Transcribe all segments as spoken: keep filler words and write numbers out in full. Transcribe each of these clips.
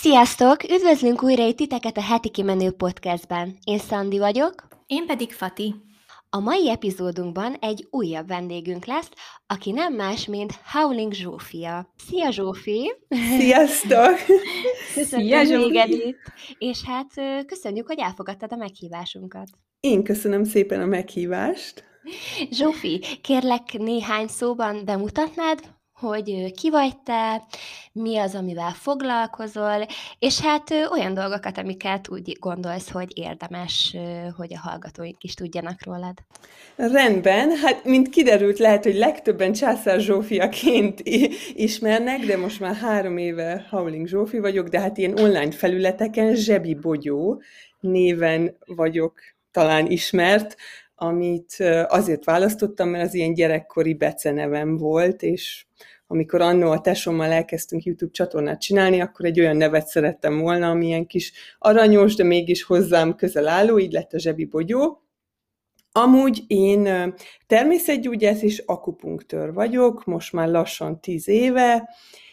Sziasztok! Üdvözlünk újra itt titeket a Heti Kimenő Podcastben. Én Szandi vagyok. Én pedig Fati. A mai epizódunkban egy újabb vendégünk lesz, aki nem más, mint Howling Zsófia. Szia Zsófi! Sziasztok! Köszönjük téged itt, és hát köszönjük, hogy elfogadtad a meghívásunkat. Én köszönöm szépen a meghívást. Zsófi, kérlek néhány szóban bemutatnád, hogy ki vagy te, mi az, amivel foglalkozol, és hát olyan dolgokat, amiket úgy gondolsz, hogy érdemes, hogy a hallgatóink is tudjanak rólad. Rendben, hát mint kiderült, lehet, hogy legtöbben Császár Zsófiaként ismernek, de most már három éve Howling Zsófi vagyok, de hát ilyen online felületeken Zsebi Bogyó néven vagyok talán ismert, amit azért választottam, mert az ilyen gyerekkori becenevem volt, és amikor annó a tesómmal elkezdtünk YouTube csatornát csinálni, akkor egy olyan nevet szerettem volna, ami ilyen kis aranyos, de mégis hozzám közel álló, így lett a Zsebi Bogyó. Amúgy én természetgyógyász és akupunktőr vagyok, most már lassan tíz éve,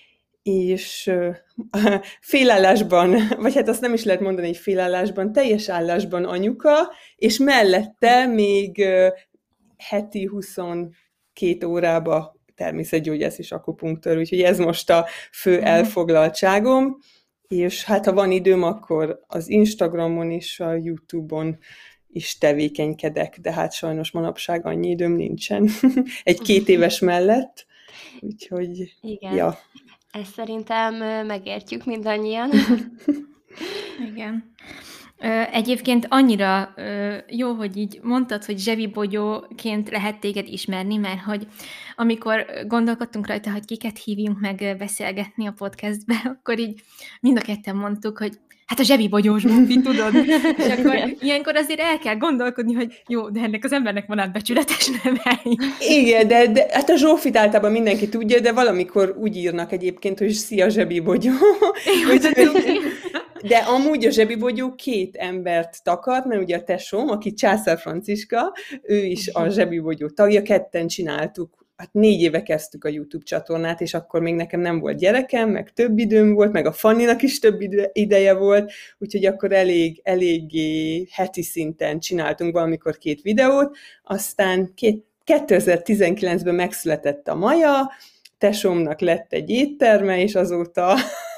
és félállásban, vagy hát azt nem is lehet mondani, hogy félállásban, teljes állásban anyuka, és mellette még heti huszonkét órába természetgyógyász és akupunktőr, úgyhogy ez most a fő elfoglaltságom, és hát ha van időm, akkor az Instagramon és a YouTube-on is tevékenykedek, de hát sajnos manapság annyi időm nincsen. Egy két éves mellett, úgyhogy igen. Ja. Ezt szerintem megértjük mindannyian. Igen. Egyébként annyira jó, hogy így mondtad, hogy Zsebi Bogyóként lehet téged ismerni, mert hogy amikor gondolkodtunk rajta, hogy kiket hívjunk meg beszélgetni a podcastbe, akkor így mind a ketten mondtuk, hogy hát a Zsebi Bogyó Zsófi, tudod? És akkor igen. Ilyenkor azért el kell gondolkodni, hogy jó, de ennek az embernek van átbecsületes neve. Igen, de, de hát a Zsófit általában mindenki tudja, de valamikor úgy írnak egyébként, hogy szia Zsebi Bogyó. De amúgy a Zsebi Bogyó két embert takart, mert ugye a tesóm, aki Császár Franciska, ő is a Zsebi Bogyó tagja, ketten csináltuk. Hát négy éve kezdtük a YouTube csatornát, és akkor még nekem nem volt gyerekem, meg több időm volt, meg a Fanninak is több ideje volt, úgyhogy akkor elég, eléggé heti szinten csináltunk valamikor két videót, aztán két, kétezer-tizenkilencben megszületett a Maja, tesómnak lett egy étterme, és azóta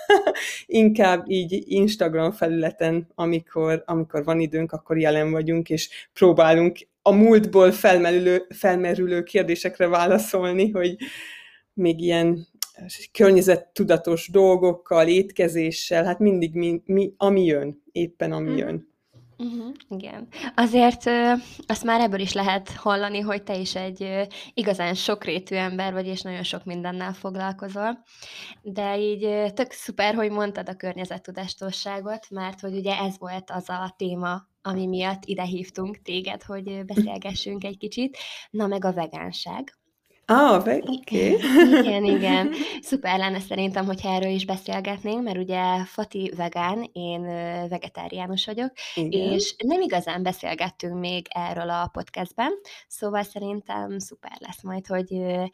inkább így Instagram felületen, amikor, amikor van időnk, akkor jelen vagyunk, és próbálunk a múltból felmerülő, felmerülő kérdésekre válaszolni, hogy még ilyen környezettudatos dolgokkal, étkezéssel, hát mindig mi, mi, ami jön, éppen ami jön. Uh-huh, igen. Azért ö, azt már ebből is lehet hallani, hogy te is egy ö, igazán sokrétű ember vagy, és nagyon sok mindennel foglalkozol. De így ö, tök szuper, hogy mondtad a környezettudatosságot, mert hogy ugye ez volt az a téma, ami miatt ide hívtunk téged, hogy beszélgessünk egy kicsit. Na meg a vegánság. Ah, oké. Okay. Igen, igen. Szuper lenne szerintem, hogyha erről is beszélgetnénk, mert ugye Fati vegán, én vegetáriánus vagyok, igen. És nem igazán beszélgettünk még erről a podcastben, szóval szerintem szuper lesz majd, hogy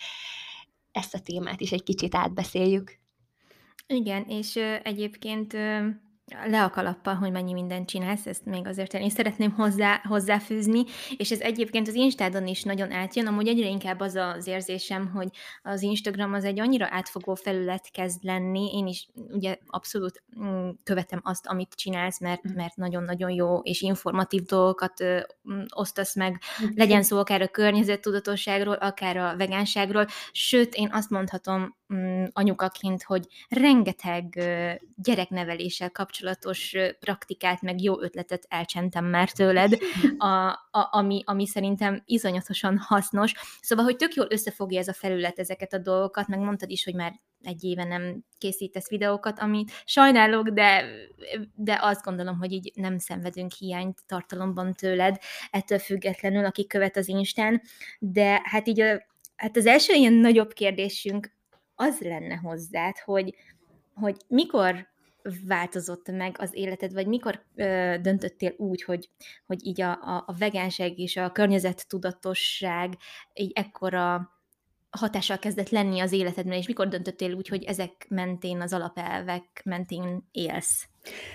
ezt a témát is egy kicsit átbeszéljük. Igen, és egyébként le a kalappal, hogy mennyi mindent csinálsz, ezt még azért én szeretném hozzá, hozzáfűzni, és ez egyébként az Instádon is nagyon átjön, amúgy egyre inkább az az érzésem, hogy az Instagram az egy annyira átfogó felület kezd lenni, én is ugye abszolút követem azt, amit csinálsz, mert, mert nagyon-nagyon jó és informatív dolgokat ö, osztasz meg, legyen szó akár a környezettudatosságról, akár a vegánságról, sőt, én azt mondhatom anyukaként, hogy rengeteg gyerekneveléssel kapcsolatos praktikát, meg jó ötletet elcsentem már tőled, a, a, ami, ami szerintem iszonyatosan hasznos. Szóval, hogy tök jól összefogja ez a felület ezeket a dolgokat, meg mondtad is, hogy már egy éve nem készítesz videókat, amit sajnálok, de, de azt gondolom, hogy így nem szenvedünk hiányt tartalomban tőled, ettől függetlenül, aki követ az Instán, de hát így a, hát az első ilyen nagyobb kérdésünk az lenne hozzád, hogy, hogy mikor változott meg az életed, vagy mikor ö, döntöttél úgy, hogy, hogy így a, a, a vegánság és a környezettudatosság így ekkora hatással kezdett lenni az életedben, és mikor döntöttél úgy, hogy ezek mentén, az alapelvek mentén élsz?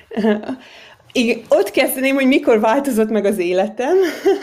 Igen, ott kezdeném, hogy mikor változott meg az életem.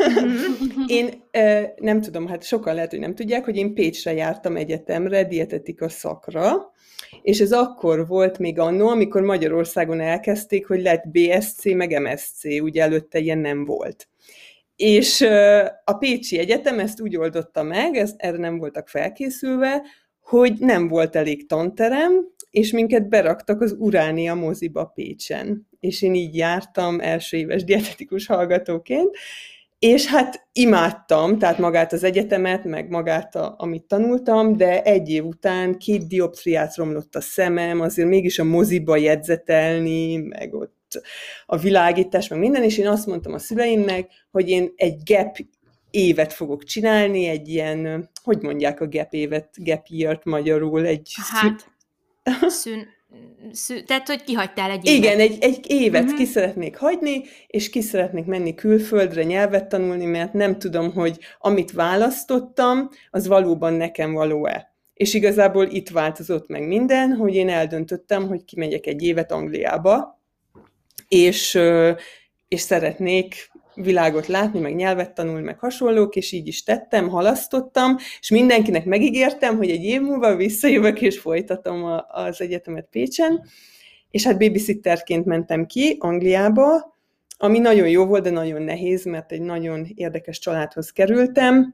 Én nem tudom, hát sokan lehet, hogy nem tudják, hogy én Pécsre jártam egyetemre, dietetika szakra, és ez akkor volt még annó, amikor Magyarországon elkezdték, hogy lett bé es cé, meg em es cé, ugye előtte ilyen nem volt. És a Pécsi Egyetem ezt úgy oldotta meg, ezt, erre nem voltak felkészülve, hogy nem volt elég tanterem, és minket beraktak az Uránia moziba Pécsen. És én így jártam első éves dietetikus hallgatóként, és hát imádtam, tehát magát az egyetemet, meg magát, a, amit tanultam, de egy év után két dioptriát romlott a szemem, azért mégis a moziba jegyzetelni, meg ott a világítás, meg minden, és én azt mondtam a szüleimnek, hogy én egy gap évet fogok csinálni, egy ilyen, hogy mondják a gap évet, gap year-t magyarul, egy... Hát, szűn, szűn, tehát, hogy kihagytál egy évet. Igen, egy, egy évet uh-huh. ki Mhm. szeretnék hagyni, és ki szeretnék menni külföldre, nyelvet tanulni, mert nem tudom, hogy amit választottam, az valóban nekem való-e. És igazából itt változott meg minden, hogy én eldöntöttem, hogy kimegyek egy évet Angliába, és, és szeretnék világot látni, meg nyelvet tanulni, meg hasonlók, és így is tettem, halasztottam, és mindenkinek megígértem, hogy egy év múlva visszajövök, és folytatom a, az egyetemet Pécsen, és hát babysitterként mentem ki Angliába, ami nagyon jó volt, de nagyon nehéz, mert egy nagyon érdekes családhoz kerültem,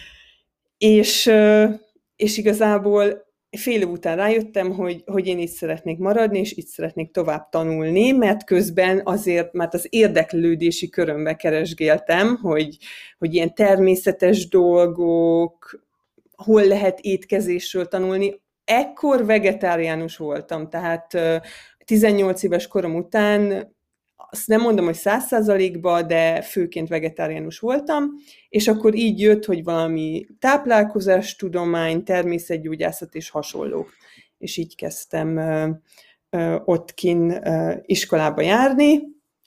és, és igazából fél év után rájöttem, hogy, hogy én itt szeretnék maradni, és itt szeretnék tovább tanulni, mert közben azért, mert az érdeklődési körömbe keresgéltem, hogy, hogy ilyen természetes dolgok, hol lehet étkezésről tanulni. Ekkor vegetáriánus voltam, tehát tizennyolc éves korom után, azt nem mondom, hogy száz százalékban, de főként vegetáriánus voltam, és akkor így jött, hogy valami táplálkozástudomány, természetgyógyászat és hasonlók. És így kezdtem ö, ö, ott kinn ö, iskolába járni,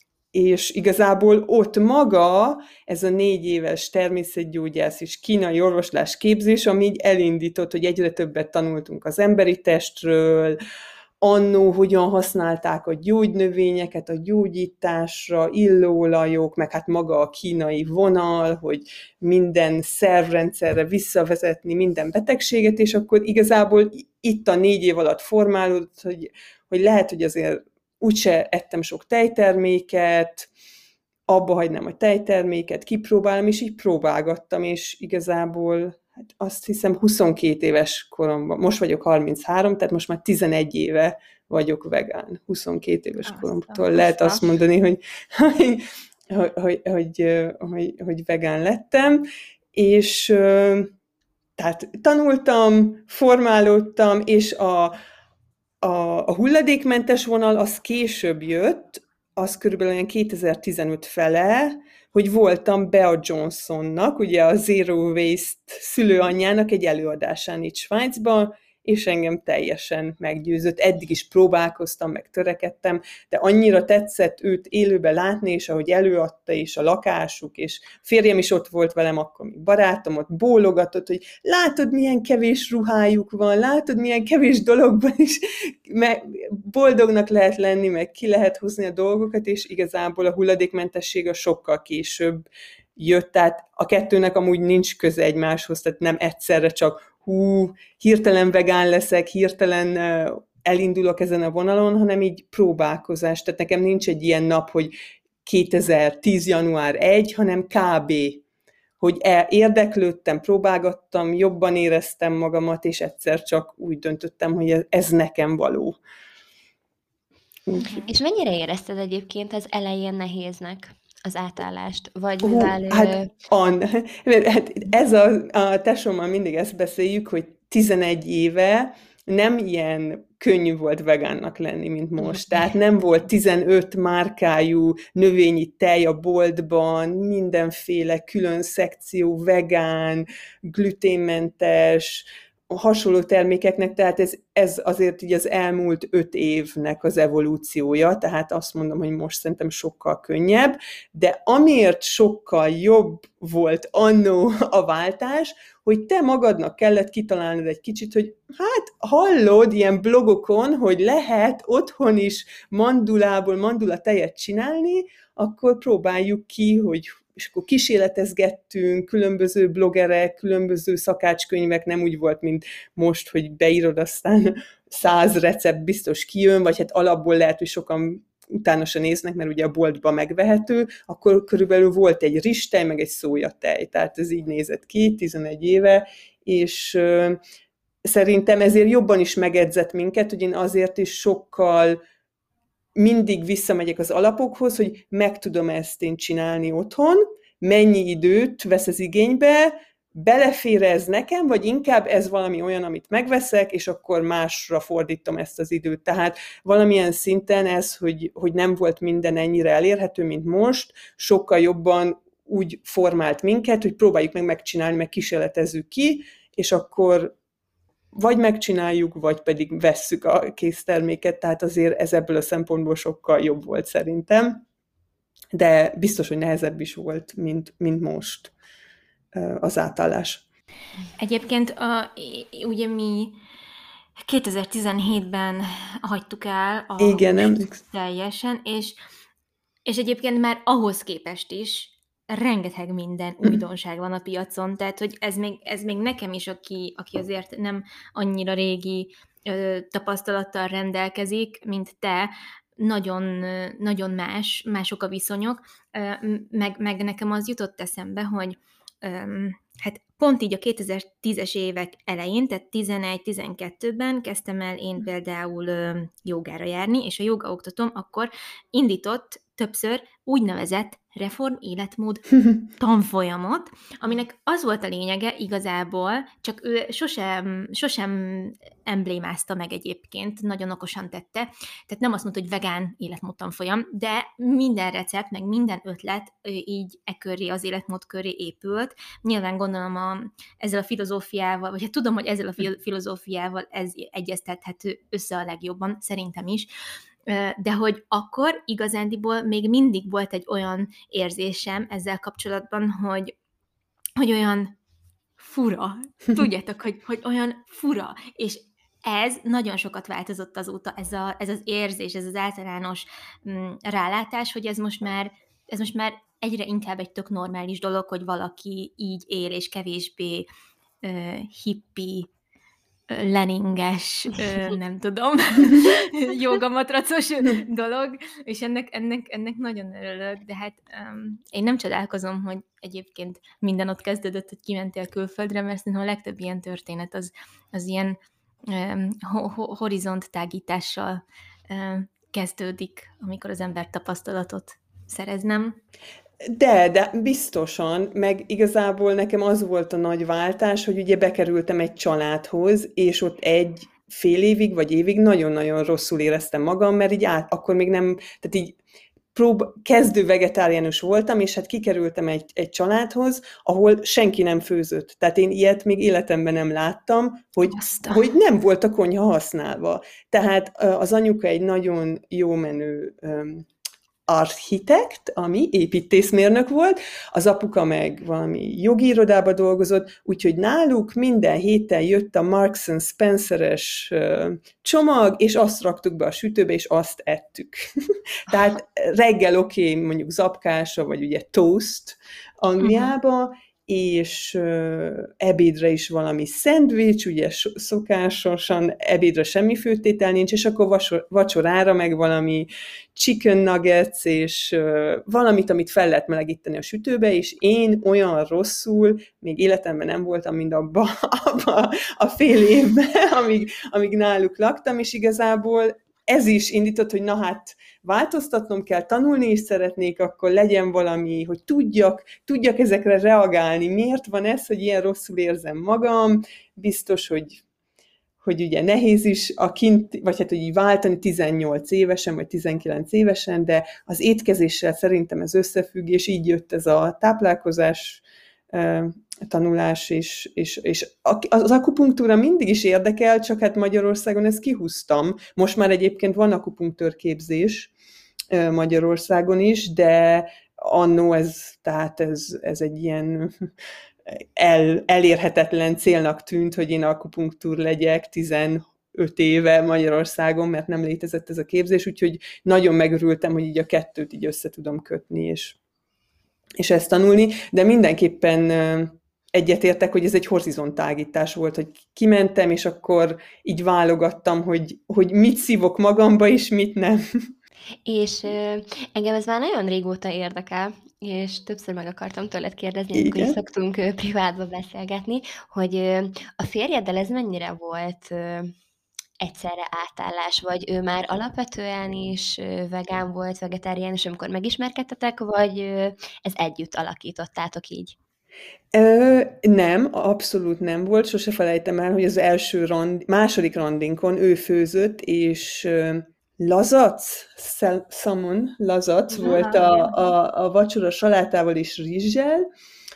és igazából ott maga ez a négy éves természetgyógyász és kínai orvoslás képzés, ami így elindított, hogy egyre többet tanultunk az emberi testről, annó hogyan használták a gyógynövényeket a gyógyításra, illóolajok, meg hát maga a kínai vonal, hogy minden szervrendszerre visszavezetni minden betegséget, és akkor igazából itt a négy év alatt formálódott, hogy, hogy lehet, hogy azért úgyse ettem sok tejterméket, abba hagynám a tejterméket, kipróbálom, és így próbálgattam, és igazából hát azt hiszem huszonkét éves koromban, most vagyok harminchárom, tehát most már tizenegy éve vagyok vegán. huszonkét éves azt koromtól lehet azt mondani, hogy, hogy, hogy, hogy, hogy, hogy vegán lettem, és tehát tanultam, formálódtam, és a, a, a hulladékmentes vonal az később jött, az körülbelül olyan kétezer-tizenöt fele, hogy voltam Bea Johnsonnak, ugye a Zero Waste szülőanyjának egy előadásán itt Svájcban, és engem teljesen meggyőzött. Eddig is próbálkoztam, meg törekedtem, de annyira tetszett őt élőben látni, és ahogy előadta, és a lakásuk, és férjem is ott volt velem, akkor még barátom ott bólogatott, hogy látod, milyen kevés ruhájuk van, látod, milyen kevés dologban is boldognak lehet lenni, meg ki lehet hozni a dolgokat, és igazából a hulladékmentesség a sokkal később jött, tehát a kettőnek amúgy nincs köze egymáshoz, tehát nem egyszerre csak hú, hirtelen vegán leszek, hirtelen elindulok ezen a vonalon, hanem így próbálkozás. Tehát nekem nincs egy ilyen nap, hogy kétezer-tíz január elseje, hanem kb. Hogy érdeklődtem, próbálgattam, jobban éreztem magamat, és egyszer csak úgy döntöttem, hogy ez nekem való. És mennyire érezted egyébként az elején nehéznek az átállást? Vagy Hú, mivel... hát, an, hát ez a, a tesómmal mindig ezt beszéljük, hogy tizenegy éve nem ilyen könnyű volt vegánnak lenni, mint most. Tehát nem volt tizenöt márkájú növényi tej a boltban, mindenféle külön szekció, vegán, gluténmentes, hasonló termékeknek, tehát ez, ez azért így az elmúlt öt évnek az evolúciója, tehát azt mondom, hogy most szerintem sokkal könnyebb, de amiért sokkal jobb volt annó a váltás, hogy te magadnak kellett kitalálnod egy kicsit, hogy hát hallod ilyen blogokon, hogy lehet otthon is mandulából mandula tejet csinálni, akkor próbáljuk ki, hogy és akkor kísérletezgettünk, különböző blogerek, különböző szakácskönyvek, nem úgy volt, mint most, hogy beírod, aztán száz recept biztos kijön, vagy hát alapból lehet, hogy sokan utána se néznek, mert ugye a boltban megvehető, akkor körülbelül volt egy rizstej, meg egy szójatej, tehát ez így nézett ki, tizenegy éve, és uh, szerintem ezért jobban is megedzett minket, hogy én azért is sokkal mindig visszamegyek az alapokhoz, hogy meg tudom ezt én csinálni otthon, mennyi időt vesz ez igénybe, belefér ez nekem, vagy inkább ez valami olyan, amit megveszek, és akkor másra fordítom ezt az időt. Tehát valamilyen szinten ez, hogy, hogy nem volt minden ennyire elérhető, mint most, sokkal jobban úgy formált minket, hogy próbáljuk meg megcsinálni, meg kísérletezzük ki, és akkor vagy megcsináljuk, vagy pedig vesszük a készterméket, tehát azért ez ebből a szempontból sokkal jobb volt szerintem, de biztos, hogy nehezebb is volt, mint, mint most az átállás. Egyébként a, ugye mi kétezer-tizenhétben hagytuk el a Igen, nem? teljesen, és, és egyébként már ahhoz képest is rengeteg minden újdonság van a piacon, tehát hogy ez még, ez még nekem is, aki, aki azért nem annyira régi ö, tapasztalattal rendelkezik, mint te, nagyon, nagyon más, mások a viszonyok, ö, meg, meg nekem az jutott eszembe, hogy ö, hát pont így a kétezer-tízes évek elején, tehát tizenegy-tizenkettőben kezdtem el én például ö, jogára járni, és a jogaoktatóm akkor indított többször úgynevezett reform életmód tanfolyamot, aminek az volt a lényege igazából, csak ő sosem, sosem emblémázta meg egyébként, nagyon okosan tette, tehát nem azt mondta, hogy vegán életmód tanfolyam, de minden recept, meg minden ötlet így e köré, az életmód köré épült. Nyilván gondolom a, ezzel a filozófiával, vagy hát tudom, hogy ezzel a filozófiával ez egyeztethető össze a legjobban, szerintem is, de hogy akkor igazándiból még mindig volt egy olyan érzésem ezzel kapcsolatban, hogy, hogy olyan fura, tudjátok, hogy, hogy olyan fura, és ez nagyon sokat változott azóta, ez, a, ez az érzés, ez az általános mm, rálátás, hogy ez most már, ez most már egyre inkább egy tök normális dolog, hogy valaki így él, és kevésbé uh, hippi, leninges, nem tudom, jogamatracos dolog, és ennek, ennek, ennek nagyon örülök, de hát um, én nem csodálkozom, hogy egyébként minden ott kezdődött, hogy kimentél külföldre, mert szerintem a legtöbb ilyen történet az, az ilyen um, ho- horizont tágítással um, kezdődik, amikor az ember tapasztalatot szerez, nem? De, de biztosan, meg igazából nekem az volt a nagy váltás, hogy ugye bekerültem egy családhoz, és ott egy fél évig, vagy évig nagyon-nagyon rosszul éreztem magam, mert így át, akkor még nem, tehát így prób, kezdő vegetáriánus voltam, és hát kikerültem egy, egy családhoz, ahol senki nem főzött. Tehát én ilyet még életemben nem láttam, hogy, hogy nem volt a konyha használva. Tehát az anyuka egy nagyon jó menő architekt, ami építészmérnök volt, az apuka meg valami jogi irodába dolgozott, úgyhogy náluk minden héten jött a Marks and Spencer-es csomag, és azt raktuk be a sütőbe, és azt ettük. Tehát reggel oké, okay, mondjuk zapkása, vagy ugye toast Angliába, és uh, ebédre is valami szendvics, ugye szokásosan ebédre semmi főtétel nincs, és akkor vasor, vacsorára meg valami chicken nuggets, és uh, valamit, amit fel lehet melegíteni a sütőbe, és én olyan rosszul még életemben nem voltam, mint abba, abba a fél évben, amíg, amíg náluk laktam, és igazából ez is indított, hogy na hát változtatnom kell, tanulni is szeretnék, akkor legyen valami, hogy tudjak, tudjak ezekre reagálni. Miért van ez, hogy ilyen rosszul érzem magam? Biztos, hogy, hogy ugye nehéz is a kint, vagy hát, hogy így váltani tizennyolc évesen, vagy tizenkilenc évesen, de az étkezéssel szerintem ez összefügg, és így jött ez a táplálkozás tanulás, és, és, és az akupunktúra mindig is érdekel, csak hát Magyarországon ezt kihúztam. Most már egyébként van akupunktőrképzés Magyarországon is, de annó ez, tehát ez, ez egy ilyen el, elérhetetlen célnak tűnt, hogy én akupunktúr legyek tizenöt éve Magyarországon, mert nem létezett ez a képzés, úgyhogy nagyon megörültem, hogy így a kettőt így össze tudom kötni, és, és ezt tanulni, de mindenképpen egyetértek, hogy ez egy horizontálgítás volt, hogy kimentem, és akkor így válogattam, hogy, hogy mit szívok magamba, és mit nem. És ö, engem ez már nagyon régóta érdekel, és többször meg akartam tőled kérdezni, amikor is Igen. szoktunk ö, privátba beszélgetni, hogy ö, a férjeddel ez mennyire volt ö, egyszerre átállás, vagy ő már alapvetően is ö, vegán volt, vegetáriánus, amikor megismerkedtetek, vagy ö, ez együtt alakítottátok így? Ö, nem, abszolút nem volt. Sose felejtem el, hogy az első rand, második randinkon ő főzött, és ö, lazac, szel- salmon, lazac volt Aha, a, igen. a, a vacsora salátával és rizssel.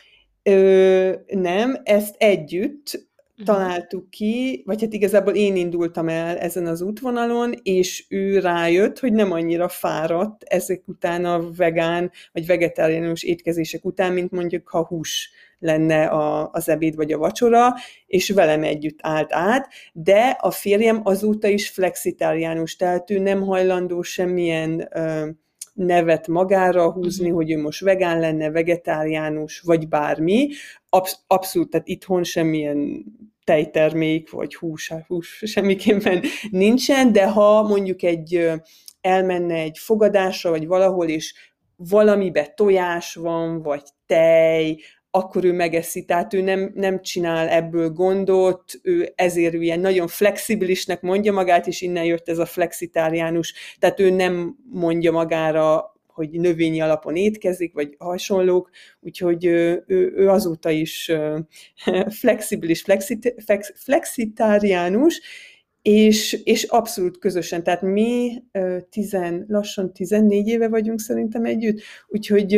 Ö, nem, ezt együtt Uh-huh. találtuk ki, vagy hát igazából én indultam el ezen az útvonalon, és ő rájött, hogy nem annyira fáradt ezek után a vegán vagy vegetáriánus étkezések után, mint mondjuk ha hús lenne a, az ebéd vagy a vacsora, és velem együtt állt át, de a férjem azóta is flexitáriánus, tehát ő nem hajlandó semmilyen ö, nevet magára húzni, uh-huh. hogy ő most vegán lenne, vegetáriánus, vagy bármi. Absz- abszolút, tehát itthon semmilyen tejtermék, vagy hús, hús semmiképpen nincsen, de ha mondjuk egy elmenne egy fogadásra, vagy valahol, és valamibe tojás van, vagy tej, akkor ő megeszi, tehát ő nem, nem csinál ebből gondot, ő ezért ő ilyen nagyon flexibilisnek mondja magát, és innen jött ez a flexitáriánus, tehát ő nem mondja magára, hogy növényi alapon étkezik, vagy hasonlók, úgyhogy ő, ő, ő azóta is flexibilis, flexit, flexitáriánus, és, és abszolút közösen, tehát mi tizen, lassan tizennégy éve vagyunk szerintem együtt, úgyhogy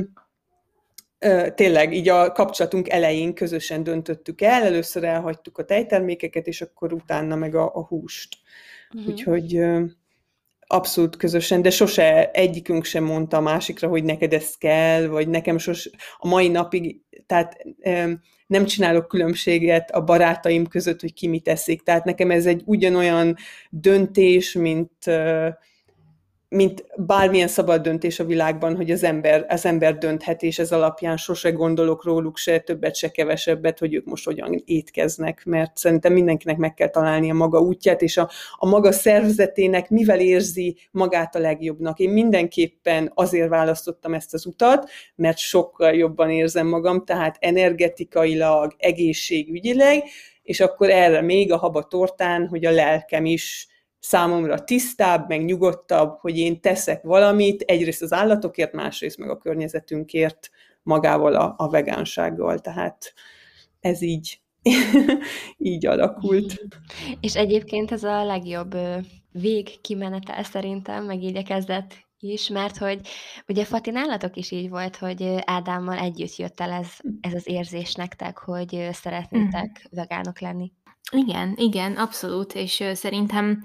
tényleg így a kapcsolatunk elején közösen döntöttük el, először elhagytuk a tejtermékeket, és akkor utána meg a, a húst. Uh-huh. Úgyhogy abszolút közösen, de sose egyikünk sem mondta a másikra, hogy neked ez kell, vagy nekem sose, a mai napig, tehát nem csinálok különbséget a barátaim között, hogy ki mit eszik. Tehát nekem ez egy ugyanolyan döntés, mint, mint bármilyen szabad döntés a világban, hogy az ember, az ember dönthet, és ez alapján sose gondolok róluk se többet, se kevesebbet, hogy ők most hogyan étkeznek, mert szerintem mindenkinek meg kell találni a maga útját, és a, a maga szervezetének mivel érzi magát a legjobbnak. Én mindenképpen azért választottam ezt az utat, mert sokkal jobban érzem magam, tehát energetikailag, egészségügyileg, és akkor erre még a haba tortán, hogy a lelkem is számomra tisztább, meg nyugodtabb, hogy én teszek valamit, egyrészt az állatokért, másrészt meg a környezetünkért magával a, a vegánsággal. Tehát ez így, így alakult. És egyébként ez a legjobb végkimenetel szerintem, meg így a kezdet is, mert hogy ugye Fati, nálatok is így volt, hogy Ádámmal együtt jött el ez, ez az érzés nektek, hogy szeretnétek uh-huh. vegánok lenni. Igen, igen, abszolút, és szerintem,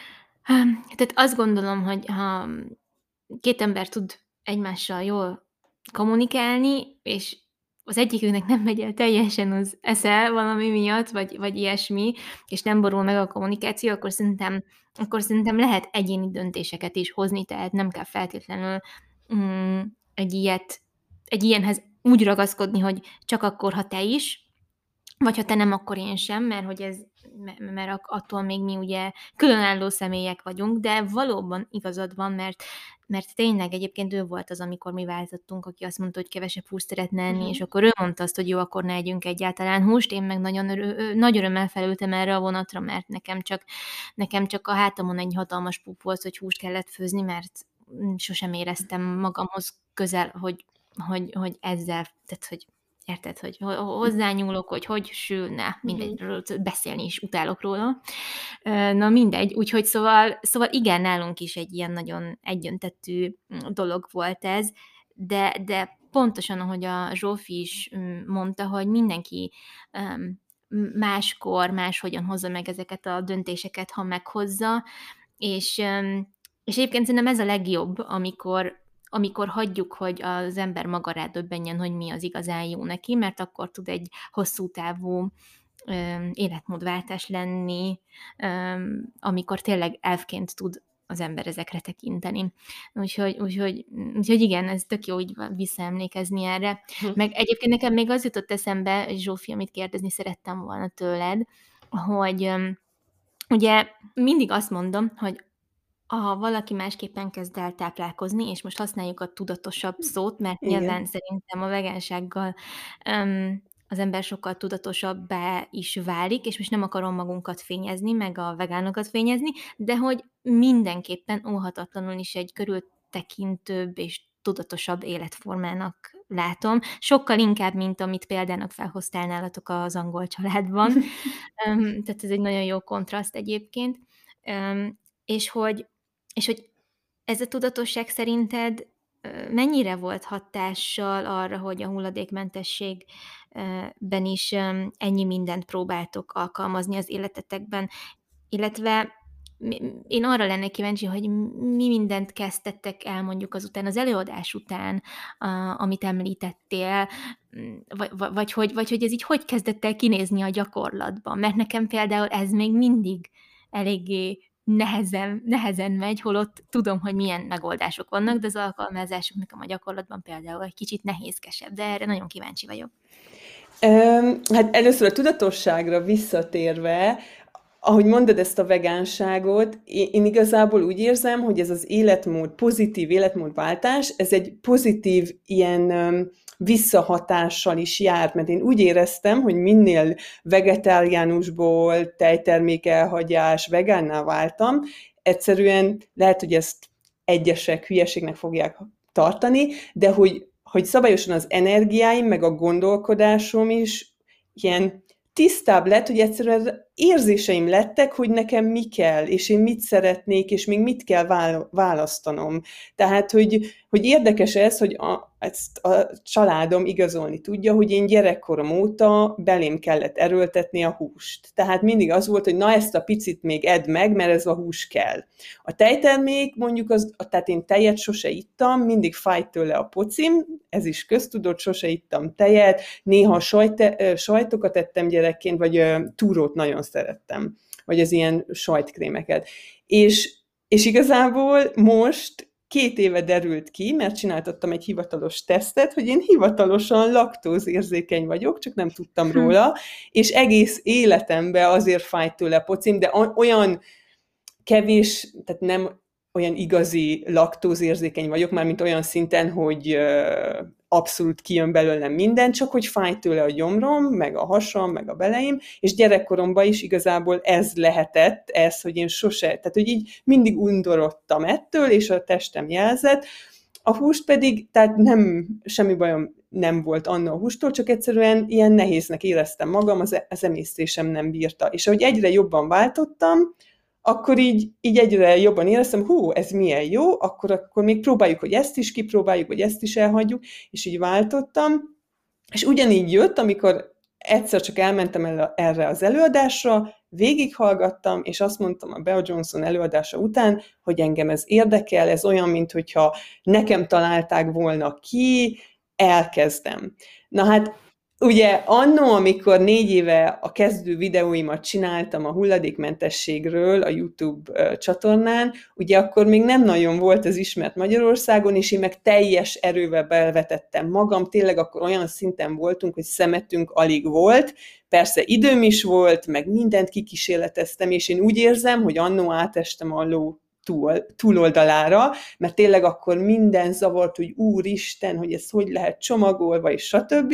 tehát azt gondolom, hogy ha két ember tud egymással jól kommunikálni, és az egyikünknek nem megy el teljesen az esze valami miatt, vagy, vagy ilyesmi, és nem borul meg a kommunikáció, akkor szerintem, akkor szerintem lehet egyéni döntéseket is hozni, tehát nem kell feltétlenül mm, egy ilyet, egy ilyenhez úgy ragaszkodni, hogy csak akkor, ha te is, vagy ha te nem, akkor én sem, mert hogy ez, mert attól még mi ugye különálló személyek vagyunk, de valóban igazad van, mert, mert tényleg egyébként ő volt az, amikor mi váltottunk, aki azt mondta, hogy kevesebb húst szeretne enni, uh-huh. és akkor ő mondta azt, hogy jó, akkor ne együnk egyáltalán húst, én meg nagyon örö, nagy örömmel felültem erre a vonatra, mert nekem csak, nekem csak a hátamon egy hatalmas pup volt, hogy húst kellett főzni, mert sosem éreztem magamhoz közel, hogy, hogy, hogy ezzel, tehát hogy érted, hogy hozzányúlok, hogy hogy sülne, mindegyről beszélni is utálok róla. Na mindegy, úgyhogy szóval, szóval igen, nálunk is egy ilyen nagyon egyöntetű dolog volt ez, de, de pontosan, ahogy a Zsófi is mondta, hogy mindenki máskor, máshogyan hozza meg ezeket a döntéseket, ha meghozza, és, és egyébként szerintem ez a legjobb, amikor, amikor hagyjuk, hogy az ember maga rádöbbenjen, hogy mi az igazán jó neki, mert akkor tud egy hosszú távú életmódváltás lenni, amikor tényleg elfként tud az ember ezekre tekinteni. Úgyhogy, úgyhogy, úgyhogy igen, ez tök jó így visszaemlékezni erre. Hm. Meg egyébként nekem még az jutott eszembe, Zsófi, amit kérdezni szerettem volna tőled, hogy ugye mindig azt mondom, hogy ha valaki másképpen kezd el táplálkozni, és most használjuk a tudatosabb szót, mert igen. Nyilván szerintem a vegánsággal um, az ember sokkal tudatosabbá is válik, és most nem akarom magunkat fényezni, meg a vegánokat fényezni, de hogy mindenképpen óhatatlanul is egy körültekintőbb és tudatosabb életformának látom. Sokkal inkább, mint amit példának felhoztál nálatok az angol családban. um, tehát ez egy nagyon jó kontraszt egyébként. Um, és hogy, és hogy ez a tudatosság szerinted mennyire volt hatással arra, hogy a hulladékmentességben is ennyi mindent próbáltok alkalmazni az életetekben, illetve én arra lennék kíváncsi, hogy mi mindent kezdtettek el mondjuk azután, az előadás után, amit említettél, vagy, vagy, hogy, vagy hogy ez így hogy kezdett el kinézni a gyakorlatban, mert nekem például ez még mindig eléggé nehezen, nehezen megy, holott tudom, hogy milyen megoldások vannak, de az alkalmazások nekem a gyakorlatban például egy kicsit nehézkesebb, de erre nagyon kíváncsi vagyok. Um, hát először a tudatosságra visszatérve, ahogy mondod ezt a vegánságot, én, én igazából úgy érzem, hogy ez az életmód, pozitív életmódváltás, ez egy pozitív ilyen um, visszahatással is járt, mert én úgy éreztem, hogy minél vegetáriánusból, tejtermék elhagyás, vegánná váltam, egyszerűen lehet, hogy ezt egyesek hülyeségnek fogják tartani, de hogy, hogy szabályosan az energiáim, meg a gondolkodásom is ilyen tisztább lett, hogy egyszerűen érzéseim lettek, hogy nekem mi kell, és én mit szeretnék, és még mit kell választanom. Tehát, hogy, hogy érdekes ez, hogy a, ezt a családom igazolni tudja, hogy én gyerekkorom óta belém kellett erőltetni a húst. Tehát mindig az volt, hogy na ezt a picit még edd meg, mert ez a hús kell. A tejtermék, mondjuk, az, tehát én tejet sose ittam, mindig fájt tőle a pocim, ez is köztudott, sose ittam tejet, néha sajte, sajtokat ettem gyerekként, vagy túrót nagyon szerettem, vagy az ilyen sajtkrémeket. És, és igazából most két éve derült ki, mert csináltattam egy hivatalos tesztet, hogy én hivatalosan laktózérzékeny vagyok, csak nem tudtam róla, és egész életemben azért fájt tőle pocim, de olyan kevés, tehát nem olyan igazi laktózérzékeny vagyok, már mint olyan szinten, hogy abszolút kijön belőlem minden, csak hogy fáj tőle a gyomrom, meg a hasam, meg a beleim, és gyerekkoromban is igazából ez lehetett, ez, hogy én sose, tehát hogy így mindig undorodtam ettől, és a testem jelzett. A húst pedig, tehát nem, semmi bajom nem volt anna a hústól, csak egyszerűen ilyen nehéznek éreztem magam, az, az emésztésem nem bírta. És ahogy egyre jobban váltottam, akkor így, így egyre jobban éreztem, hú, ez milyen jó, akkor, akkor még próbáljuk, hogy ezt is kipróbáljuk, vagy ezt is elhagyjuk, és így váltottam. És ugyanígy jött, amikor egyszer csak elmentem el erre az előadásra, végighallgattam, és azt mondtam a Beo Johnson előadása után, hogy engem ez érdekel, ez olyan, minthogyha nekem találták volna ki, elkezdem. Na hát, ugye annó, amikor négy éve a kezdő videóimat csináltam a hulladékmentességről a YouTube csatornán, ugye akkor még nem nagyon volt ez ismert Magyarországon, és én meg teljes erővel bevetettem magam, tényleg akkor olyan szinten voltunk, hogy szemetünk alig volt, persze időm is volt, meg mindent kikísérleteztem, és én úgy érzem, hogy annó átestem a ló túl, túloldalára, mert tényleg akkor minden zavart, hogy úristen, hogy ez hogy lehet csomagolva, és stb.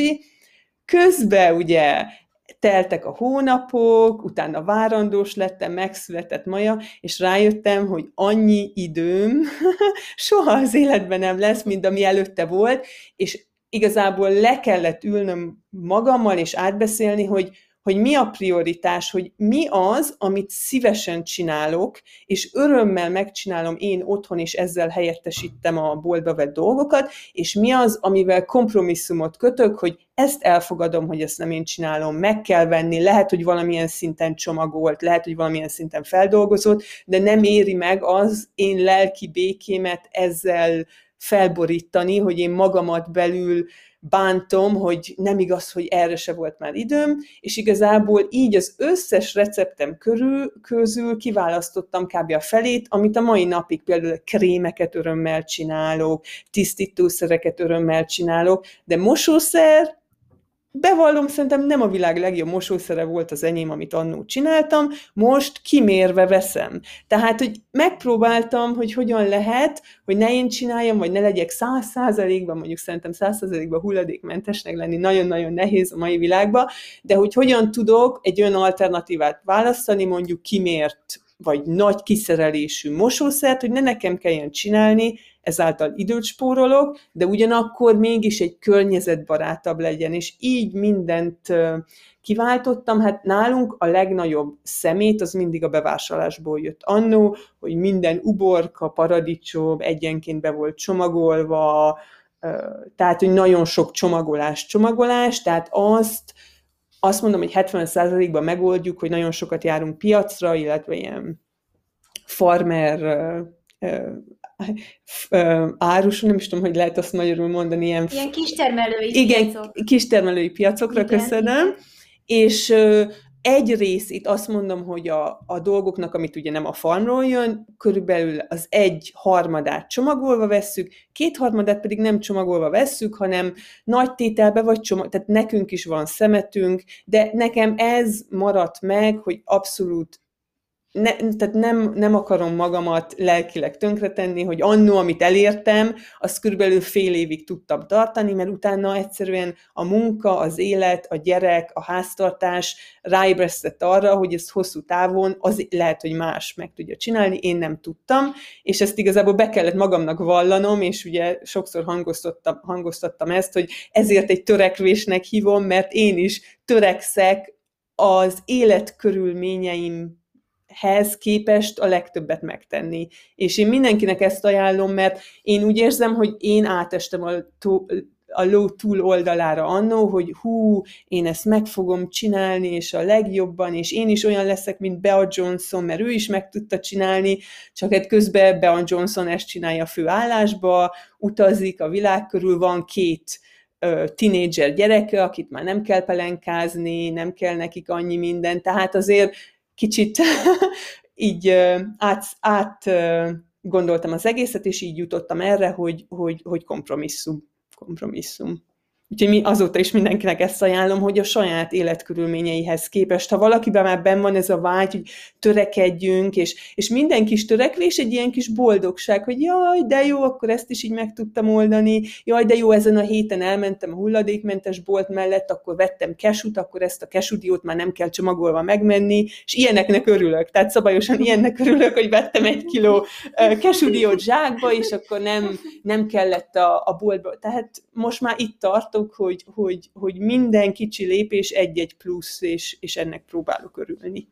Közben ugye teltek a hónapok, utána várandós lettem, megszületett Maja, és rájöttem, hogy annyi időm soha az életben nem lesz, mint ami előtte volt, és igazából le kellett ülnöm magammal, és átbeszélni, hogy, hogy mi a prioritás, hogy mi az, amit szívesen csinálok, és örömmel megcsinálom én otthon, és ezzel helyettesítem a boltba vett dolgokat, és mi az, amivel kompromisszumot kötök, hogy ezt elfogadom, hogy ezt nem én csinálom, meg kell venni, lehet, hogy valamilyen szinten csomagolt, lehet, hogy valamilyen szinten feldolgozott, de nem éri meg az én lelki békémet ezzel felborítani, hogy én magamat belül bántom, hogy nem igaz, hogy erre se volt már időm, és igazából így az összes receptem körül, közül kiválasztottam kb. A felét, amit a mai napig például krémeket örömmel csinálok, tisztítószereket örömmel csinálok, de mosószer, bevallom, szerintem nem a világ legjobb mosószere volt az enyém, amit annó csináltam, most kimérve veszem. Tehát, hogy megpróbáltam, hogy hogyan lehet, hogy ne én csináljam, vagy ne legyek száz százalékban, mondjuk szerintem száz százalékban hulladékmentesnek lenni nagyon-nagyon nehéz a mai világban, de hogy hogyan tudok egy olyan alternatívát választani, mondjuk kimért, vagy nagy kiszerelésű mosószert, hogy ne nekem kelljen csinálni, ezáltal időt spórolok, de ugyanakkor mégis egy környezetbarátabb legyen, és így mindent kiváltottam. Hát nálunk a legnagyobb szemét az mindig a bevásárlásból jött annó, hogy minden uborka, paradicsom egyenként be volt csomagolva, tehát, hogy nagyon sok csomagolás, csomagolás, tehát azt, azt mondom, hogy hetven százalékban megoldjuk, hogy nagyon sokat járunk piacra, illetve ilyen farmer árus, nem is tudom, hogy lehet azt magyarul mondani. Ilyen, ilyen kistermelői igen, piacok. kistermelői piacokra, igen, köszönöm. Igen. És egy részét azt mondom, hogy a, a dolgoknak, amit ugye nem a farmról jön, körülbelül az egy harmadát csomagolva vesszük, két harmadát pedig nem csomagolva vesszük, hanem nagy tételbe vagy csomag, tehát nekünk is van szemetünk, de nekem ez maradt meg, hogy abszolút Ne, tehát nem, nem akarom magamat lelkileg tönkretenni, hogy annó, amit elértem, azt körülbelül fél évig tudtam tartani, mert utána egyszerűen a munka, az élet, a gyerek, a háztartás ráébresztett arra, hogy ezt hosszú távon az lehet, hogy más meg tudja csinálni, én nem tudtam, és ezt igazából be kellett magamnak vallanom, és ugye sokszor hangoztattam, hangoztattam ezt, hogy ezért egy törekvésnek hívom, mert én is törekszek az életkörülményeim hez képest a legtöbbet megtenni. És én mindenkinek ezt ajánlom, mert én úgy érzem, hogy én átestem a, tó, a ló túl oldalára annó, hogy hú, én ezt meg fogom csinálni, és a legjobban, és én is olyan leszek, mint Bea Johnson, mert ő is meg tudta csinálni, csak egy közben Bea Johnson ezt csinálja főállásba, utazik a világ körül, van két tinédzser gyereke, akit már nem kell pelenkázni, nem kell nekik annyi minden, tehát azért kicsit így át, át gondoltam az egészet, és így jutottam erre, hogy, hogy, hogy kompromisszum. kompromisszum. Úgyhogy mi azóta is mindenkinek ezt ajánlom, hogy a saját életkörülményeihez képest, ha valakiben már benn van ez a vágy, hogy törekedjünk, és, és minden kis törekvés egy ilyen kis boldogság, hogy jaj, de jó, akkor ezt is így meg tudtam oldani, jaj, de jó, ezen a héten elmentem a hulladékmentes bolt mellett, akkor vettem kesut, akkor ezt a kesudiót már nem kell csomagolva megmenni, és ilyeneknek örülök. Tehát szabályosan ilyennek örülök, hogy vettem egy kiló kesudiót zsákba, és akkor nem, nem kellett a, a boltba. Tehát most már itt tartok, Hogy, hogy, hogy minden kicsi lépés egy-egy plusz, és, és ennek próbálok örülni.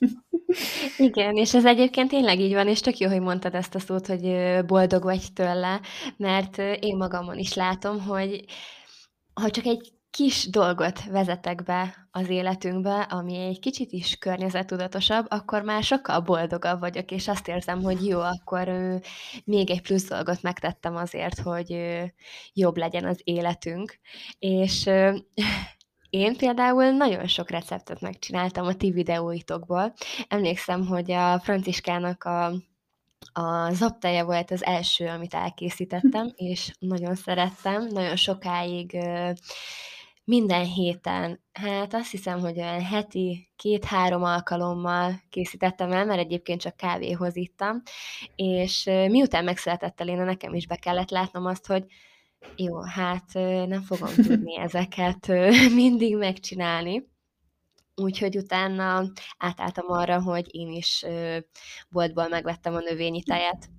Igen, és ez egyébként tényleg így van, és tök jó, hogy mondtad ezt a szót, hogy boldog vagy tőle, mert én magamon is látom, hogy ha csak egy kis dolgot vezetek be az életünkbe, ami egy kicsit is környezettudatosabb, akkor már sokkal boldogabb vagyok, és azt érzem, hogy jó, akkor ö, még egy plusz dolgot megtettem azért, hogy ö, jobb legyen az életünk. És ö, én például nagyon sok receptet megcsináltam a ti videóitokból. Emlékszem, hogy a Franciskának a A zapteje volt az első, amit elkészítettem, és nagyon szerettem. Nagyon sokáig ö, minden héten, hát azt hiszem, hogy olyan heti két-három alkalommal készítettem el, mert egyébként csak kávéhoz ittam, és ö, miután megszületett Eléna, nekem is be kellett látnom azt, hogy jó, hát ö, nem fogom tudni ezeket ö, mindig megcsinálni. Úgyhogy utána átálltam arra, hogy én is ö, boltból megvettem a növényi tejet.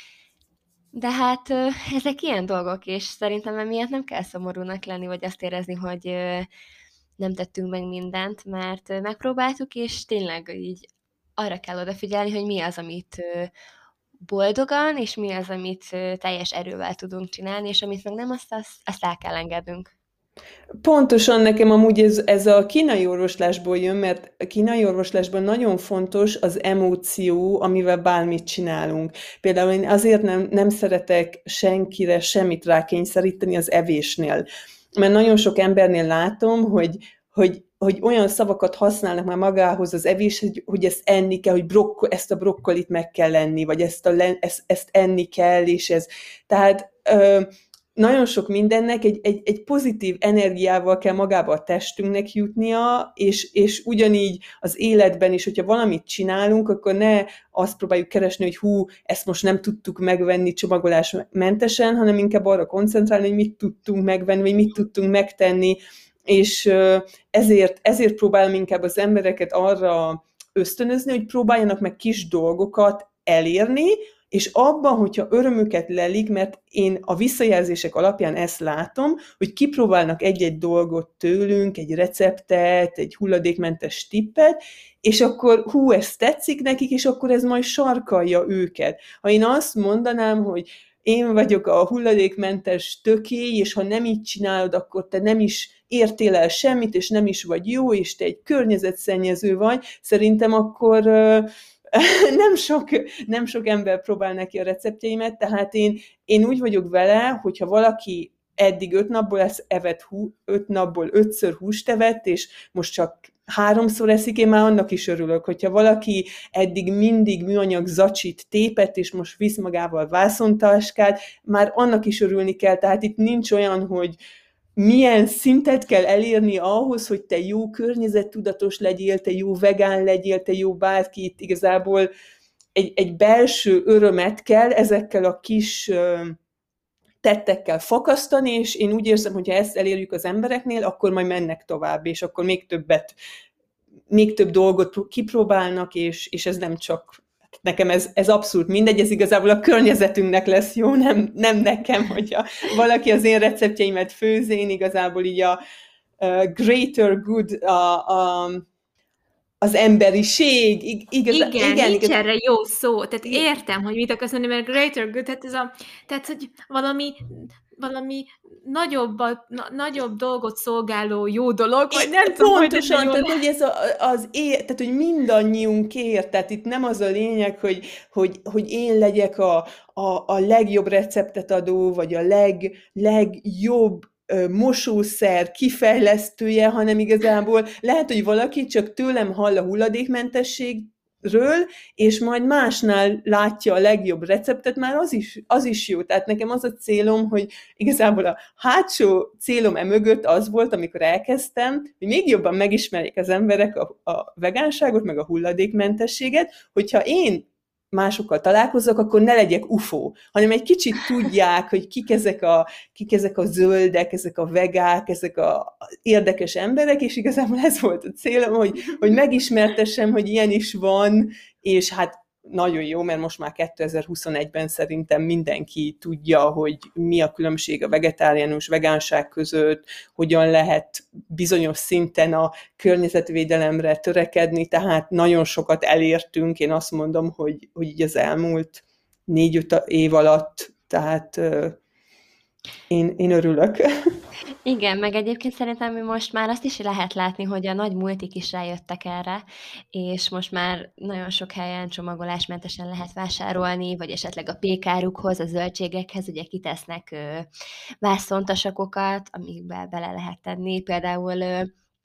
De hát ö, ezek ilyen dolgok, és szerintem emiatt nem kell szomorúnak lenni, vagy azt érezni, hogy ö, nem tettünk meg mindent, mert ö, megpróbáltuk, és tényleg így arra kell odafigyelni, hogy mi az, amit ö, boldogan, és mi az, amit ö, teljes erővel tudunk csinálni, és amit meg nem, azt, azt, azt el kell engednünk. Pontosan nekem amúgy ez, ez a kínai orvoslásból jön, mert a kínai orvoslásban nagyon fontos az emóció, amivel bármit csinálunk. Például én azért nem, nem szeretek senkire semmit rákényszeríteni az evésnél. Mert nagyon sok embernél látom, hogy, hogy, hogy olyan szavakat használnak már magához az evés, hogy, hogy ezt enni kell, hogy brokko, ezt a brokkolit meg kell enni, vagy ezt, a, ezt, ezt enni kell, és ez. Tehát... Ö, nagyon sok mindennek egy, egy, egy pozitív energiával kell magába a testünknek jutnia, és, és ugyanígy az életben is, hogyha valamit csinálunk, akkor ne azt próbáljuk keresni, hogy hú, ezt most nem tudtuk megvenni csomagolásmentesen, hanem inkább arra koncentrálni, hogy mit tudtunk megvenni, vagy mit tudtunk megtenni, és ezért, ezért próbálom inkább az embereket arra ösztönözni, hogy próbáljanak meg kis dolgokat elérni, és abban, hogyha örömüket lelik, mert én a visszajelzések alapján ezt látom, hogy kipróbálnak egy-egy dolgot tőlünk, egy receptet, egy hulladékmentes tippet, és akkor hú, ez tetszik nekik, és akkor ez majd sarkalja őket. Ha én azt mondanám, hogy én vagyok a hulladékmentes tökély, és ha nem így csinálod, akkor te nem is értél el semmit, és nem is vagy jó, és te egy környezetszennyező vagy, szerintem akkor... nem sok, nem sok ember próbál neki a receptjeimet, tehát én, én úgy vagyok vele, hogyha valaki eddig öt napból lesz evett hú, öt napból ötször húst evett, és most csak háromszor eszik, én már annak is örülök, hogyha valaki eddig mindig műanyag zacsit tépett, és most visz magával vászontaskát, már annak is örülni kell, tehát itt nincs olyan, hogy milyen szintet kell elérni ahhoz, hogy te jó környezettudatos legyél, te jó vegán legyél, te jó bárki, itt igazából egy, egy belső örömet kell ezekkel a kis tettekkel fakasztani, és én úgy érzem, hogy ha ezt elérjük az embereknél, akkor majd mennek tovább, és akkor még többet, még több dolgot kipróbálnak, és, és ez nem csak nekem ez, ez abszolút mindegy, ez igazából a környezetünknek lesz jó, nem, nem nekem, hogyha valaki az én receptjeimet főz, én igazából így a, a greater good, a, a, az emberiség, igaz, igen, igen, nincs igaz, erre jó szó, tehát értem, hogy mit akarsz mondani, mert greater good, tehát ez a, tehát, hogy valami, valami nagyobb, na, nagyobb dolgot szolgáló jó dolog, vagy nem tudom, pontosan, hogy tehát, hogy ez a, az é, tehát, hogy mindannyiunkért, tehát itt nem az a lényeg, hogy, hogy, hogy én legyek a, a, a legjobb receptet adó, vagy a leg, legjobb mosószer kifejlesztője, hanem igazából lehet, hogy valaki csak tőlem hall a hulladékmentességről, és majd másnál látja a legjobb receptet, már az is, az is jó. Tehát nekem az a célom, hogy igazából a hátsó célom emögött az volt, amikor elkezdtem, hogy még jobban megismerjék az emberek a, a vegánságot, meg a hulladékmentességet, hogyha én másokkal találkozzak, akkor ne legyek ufó, hanem egy kicsit tudják, hogy kik ezek a, kik ezek a zöldek, ezek a vegák, ezek a érdekes emberek, és igazából ez volt a célom, hogy, hogy megismertessem, hogy ilyen is van, és hát nagyon jó, mert most már kétezer-huszonegyben szerintem mindenki tudja, hogy mi a különbség a vegetáriánus, vegánság között, hogyan lehet bizonyos szinten a környezetvédelemre törekedni, tehát nagyon sokat elértünk, én azt mondom, hogy, hogy így az elmúlt négy-öt év alatt, tehát uh, én, én örülök. Igen, meg egyébként szerintem mi most már azt is lehet látni, hogy a nagy multik is rájöttek erre, és most már nagyon sok helyen csomagolásmentesen lehet vásárolni, vagy esetleg a pékárukhoz, a zöldségekhez ugye kitesznek ö, vászontasakokat, amikbe bele lehet tenni. Például ö,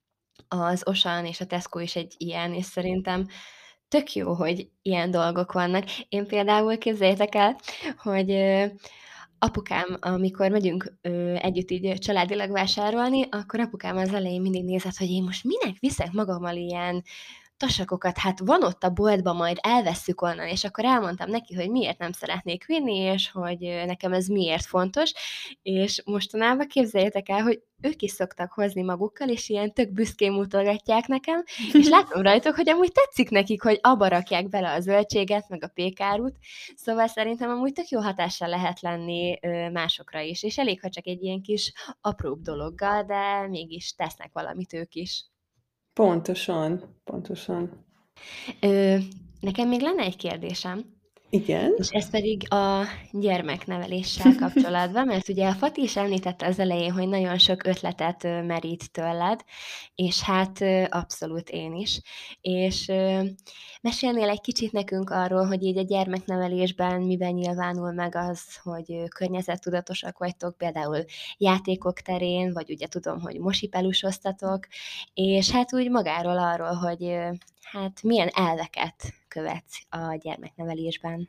az Auchan és a Tesco is egy ilyen, és szerintem tök jó, hogy ilyen dolgok vannak. Én például képzeljétek el, hogy ö, apukám, amikor megyünk ö, együtt így családilag vásárolni, akkor apukám az elején mindig nézett, hogy én most minek viszek magammal ilyen tasakokat, hát van ott a boltban, majd elvesszük onnan, és akkor elmondtam neki, hogy miért nem szeretnék vinni, és hogy nekem ez miért fontos, és mostanában képzeljétek el, hogy ők is szoktak hozni magukkal, és ilyen tök büszkén mutogatják nekem, és látom rajtuk, hogy amúgy tetszik nekik, hogy abba rakják bele a zöldséget, meg a pékárút, szóval szerintem amúgy tök jó hatással lehet lenni másokra is, és elég, ha csak egy ilyen kis apróbb dologgal, de mégis tesznek valamit ők is. Pontosan, pontosan. Ö, nekem még lenne egy kérdésem. Igen. És ez pedig a gyermekneveléssel kapcsolatban, mert ugye a Fati is említette az elején, hogy nagyon sok ötletet merít tőled, és hát abszolút én is. És mesélnél egy kicsit nekünk arról, hogy így a gyermeknevelésben miben nyilvánul meg az, hogy környezettudatosak vagytok, például játékok terén, vagy ugye tudom, hogy mosipelusoztatok, és hát úgy magáról arról, hogy hát milyen elveket követsz a gyermeknevelésben?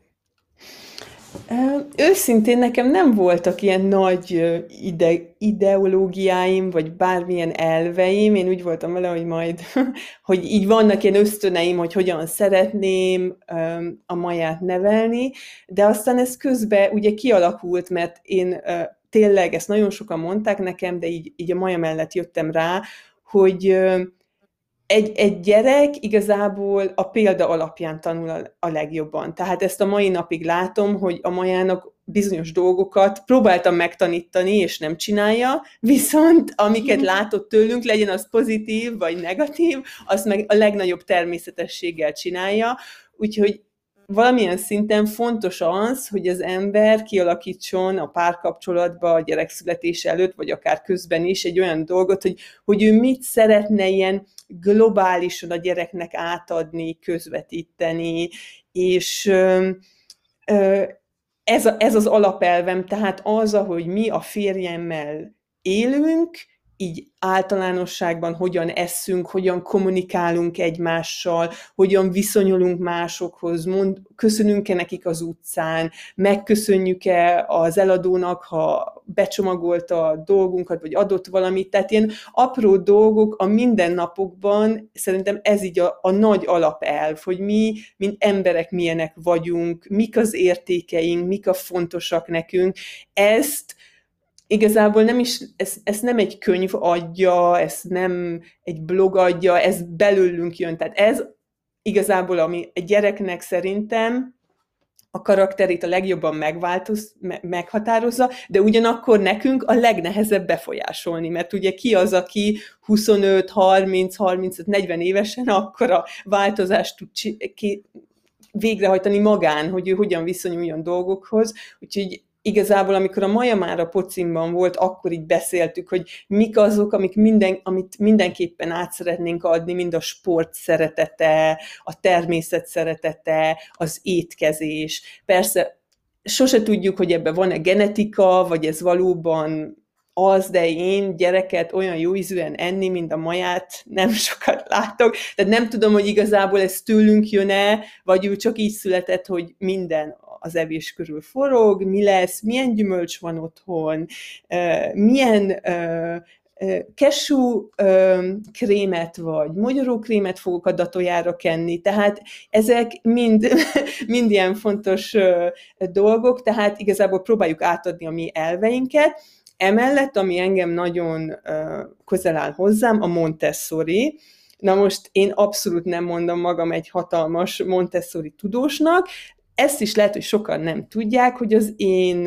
Őszintén nekem nem voltak ilyen nagy ide, ideológiáim, vagy bármilyen elveim. Én úgy voltam vele, hogy majd, hogy így vannak ilyen ösztöneim, hogy hogyan szeretném a Maját nevelni, de aztán ez közben ugye kialakult, mert én tényleg, ezt nagyon sokan mondták nekem, de így, így a Maja mellett jöttem rá, hogy Egy, egy gyerek igazából a példa alapján tanul a, a legjobban. Tehát ezt a mai napig látom, hogy a Majának bizonyos dolgokat próbáltam megtanítani, és nem csinálja, viszont amiket látott tőlünk, legyen az pozitív vagy negatív, azt meg a legnagyobb természetességgel csinálja. Úgyhogy valamilyen szinten fontos az, hogy az ember kialakítson a párkapcsolatba a gyerekszületés előtt, vagy akár közben is egy olyan dolgot, hogy, hogy ő mit szeretne ilyen globálisan a gyereknek átadni, közvetíteni, és ö, ö, ez, a, ez az alapelvem, tehát az, ahogy mi a férjemmel élünk, így általánosságban hogyan eszünk, hogyan kommunikálunk egymással, hogyan viszonyulunk másokhoz, mond, köszönünk-e nekik az utcán, megköszönjük-e az eladónak, ha becsomagolta a dolgunkat, vagy adott valamit. Tehát ilyen apró dolgok a mindennapokban, szerintem ez így a, a nagy alapelv, hogy mi, mint emberek milyenek vagyunk, mik az értékeink, mik a fontosak nekünk. Ezt igazából nem is, ez, ez nem egy könyv adja, ez nem egy blog adja, ez belőlünk jön. Tehát ez igazából, ami egy gyereknek szerintem a karakterét a legjobban megváltoz, meghatározza, de ugyanakkor nekünk a legnehezebb befolyásolni, mert ugye ki az, aki huszonöt, harminc, harmincöt, negyven évesen akkora változást tud ki, végrehajtani magán, hogy ő hogyan viszonyuljon dolgokhoz, úgyhogy igazából, amikor a Maja már a Pocimban volt, akkor így beszéltük, hogy mik azok, amik minden, amit mindenképpen át szeretnénk adni, mind a sport szeretete, a természet szeretete, az étkezés. Persze sose tudjuk, hogy ebben van-e genetika, vagy ez valóban az, de én gyereket olyan jó ízűen enni, mint a Maját, nem sokat látok. Tehát nem tudom, hogy igazából ez tőlünk jön-e, vagy ő csak így született, hogy minden az evés körül forog, mi lesz, milyen gyümölcs van otthon, milyen cashew krémet vagy mogyorókrémet fogok a datójára kenni. Tehát ezek mind, mind ilyen fontos dolgok, tehát igazából próbáljuk átadni a mi elveinket. Emellett, ami engem nagyon közel áll hozzám, a Montessori. Na most én abszolút nem mondom magam egy hatalmas Montessori tudósnak. Ezt is lehet, hogy sokan nem tudják, hogy az én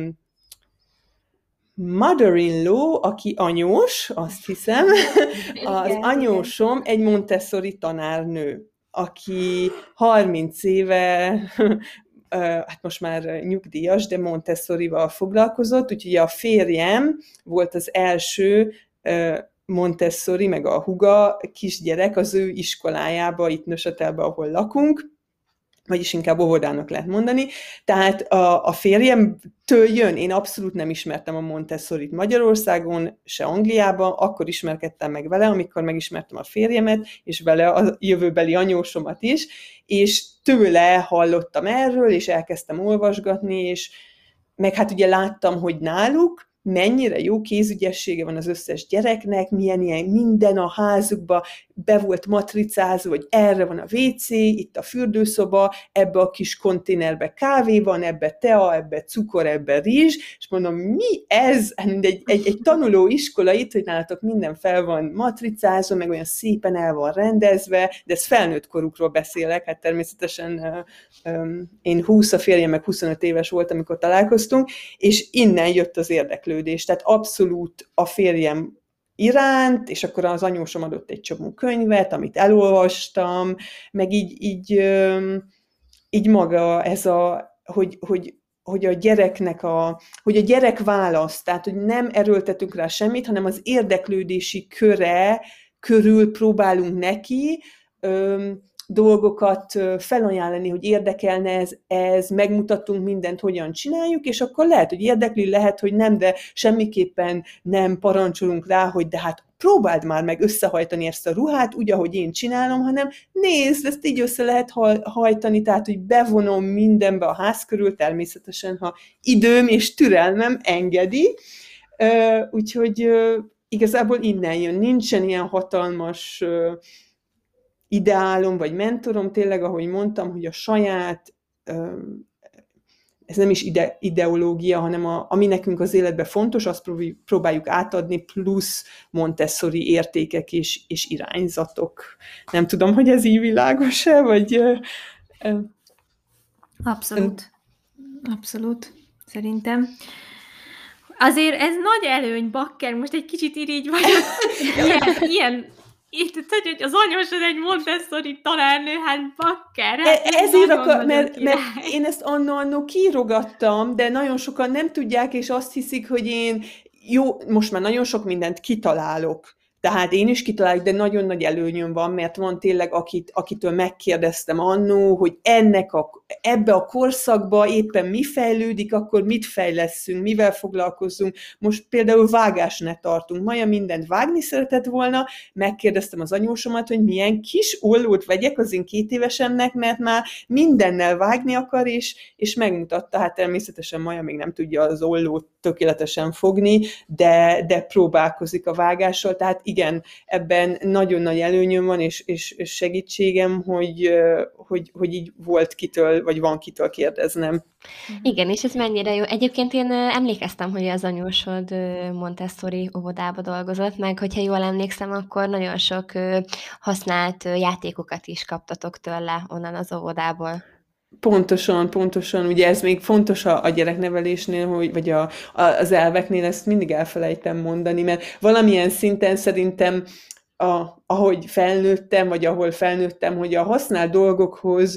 mother-in-law, aki anyós, azt hiszem, az anyósom egy Montessori tanárnő, aki harminc éve, hát most már nyugdíjas, de Montessorival foglalkozott, úgyhogy a férjem volt az első Montessori, meg a húga kisgyerek az ő iskolájába, itt Neuchâtelben, ahol lakunk, vagyis inkább óvodának lehet mondani. Tehát a, a férjemtől jön, én abszolút nem ismertem a Montessorit Magyarországon, se Angliában, akkor ismerkedtem meg vele, amikor megismertem a férjemet, és vele a jövőbeli anyósomat is, és tőle hallottam erről, és elkezdtem olvasgatni, és meg hát ugye láttam, hogy náluk mennyire jó kézügyessége van az összes gyereknek, milyen ilyen minden a házukba be volt matricázva, hogy erre van a vé cé, itt a fürdőszoba, ebbe a kis konténerbe kávé van, ebbe tea, ebbe cukor, ebbe rizs, és mondom, mi ez? Egy, egy, egy tanuló iskola itt, hogy nálatok minden fel van matricázva, meg olyan szépen el van rendezve, de ez felnőtt korukról beszélek, hát természetesen én húsz, a férjem meg huszonöt éves volt, amikor találkoztunk, és innen jött az érdeklődés, tehát abszolút a férjem iránt, és akkor az anyósom adott egy csomó könyvet, amit elolvastam, meg így, így, így maga ez a, hogy, hogy, hogy a gyereknek a, hogy a gyerek választ, tehát hogy nem erőltetünk rá semmit, hanem az érdeklődési köre körül próbálunk neki öm, dolgokat felajánlani, hogy érdekelne ez, ez, megmutatunk mindent, hogyan csináljuk, és akkor lehet, hogy érdekli, lehet, hogy nem, de semmiképpen nem parancsolunk rá, hogy de hát próbáld már meg összehajtani ezt a ruhát, úgy, ahogy én csinálom, hanem nézd, ezt így össze lehet hajtani, tehát, hogy bevonom mindenbe a ház körül, természetesen, ha időm és türelmem engedi. Úgyhogy igazából innen jön, nincsen ilyen hatalmas ideálom, vagy mentorom, tényleg, ahogy mondtam, hogy a saját, ez nem is ide, ideológia, hanem a, ami nekünk az életben fontos, azt próbáljuk átadni, plusz Montessori értékek és, és irányzatok. Nem tudom, hogy ez így világos-e, vagy... Abszolút. Abszolút. Szerintem. Azért ez nagy előny, Bakker, most egy kicsit irigy vagyok. Ilyen, ilyen itt, hogy az anyósod egy Montessori tanárnő, hát Bakker. Hát e, ezért akar, mert, mert én ezt annó-annó kirogattam, de nagyon sokan nem tudják, és azt hiszik, hogy én jó, most már nagyon sok mindent kitalálok. Tehát én is kitalálok, de nagyon nagy előnyöm van, mert van tényleg, akit, akitől megkérdeztem annó, hogy ennek a, ebbe a korszakba éppen mi fejlődik, akkor mit fejleszünk, mivel foglalkozzunk. Most például vágásnál tartunk. Maja mindent vágni szeretett volna, megkérdeztem az anyósomat, hogy milyen kis ollót vegyek az én két évesemnek, mert már mindennel vágni akar, és, és megmutatta. Hát természetesen Maja még nem tudja az ollót tökéletesen fogni, de, de próbálkozik a vágással, tehát igen, ebben nagyon nagy előnyöm van, és, és, és segítségem, hogy, hogy, hogy így volt kitől, vagy van kitől kérdeznem. Igen, és ez mennyire jó. Egyébként én emlékeztem, hogy az anyósod Montessori óvodába dolgozott, meg hogyha jól emlékszem, akkor nagyon sok használt játékokat is kaptatok tőle onnan az óvodából. Pontosan, pontosan, ugye ez még fontos a, a gyereknevelésnél, hogy, vagy a, a, az elveknél, ezt mindig elfelejtem mondani, mert valamilyen szinten szerintem, a, ahogy felnőttem, vagy ahol felnőttem, hogy a használt dolgokhoz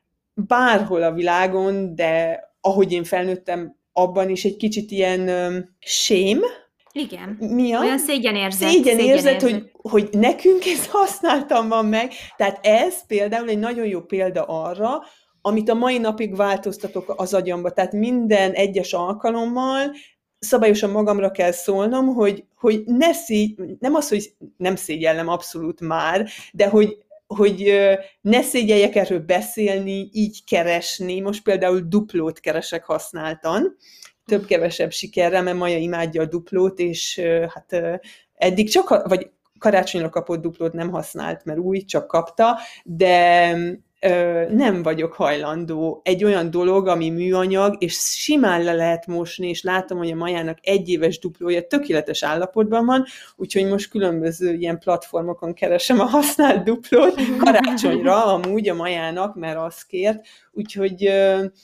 bárhol a világon, de ahogy én felnőttem, abban is egy kicsit ilyen um, shame. Igen. Mi a? Olyan szégyenérzet. Szégyenérzet, hogy, hogy nekünk ez használtam van meg. Tehát ez például egy nagyon jó példa arra, amit a mai napig változtatok az agyamba. Tehát minden egyes alkalommal szabályosan magamra kell szólnom, hogy, hogy ne szégy, nem az, hogy nem szégyellem abszolút már, de hogy, hogy ne szégyeljek erről beszélni, így keresni. Most például duplót keresek használtan, több-kevesebb sikerrel, mert Maja imádja a duplót, és hát eddig csak, vagy karácsonyra kapott duplót nem használt, mert új, csak kapta, de nem vagyok hajlandó. Egy olyan dolog, ami műanyag, és simán le lehet mosni, és látom, hogy a Majának egy éves duplója tökéletes állapotban van, úgyhogy most különböző ilyen platformokon keresem a használt duplót, karácsonyra amúgy a Majának, mert azt kért, úgyhogy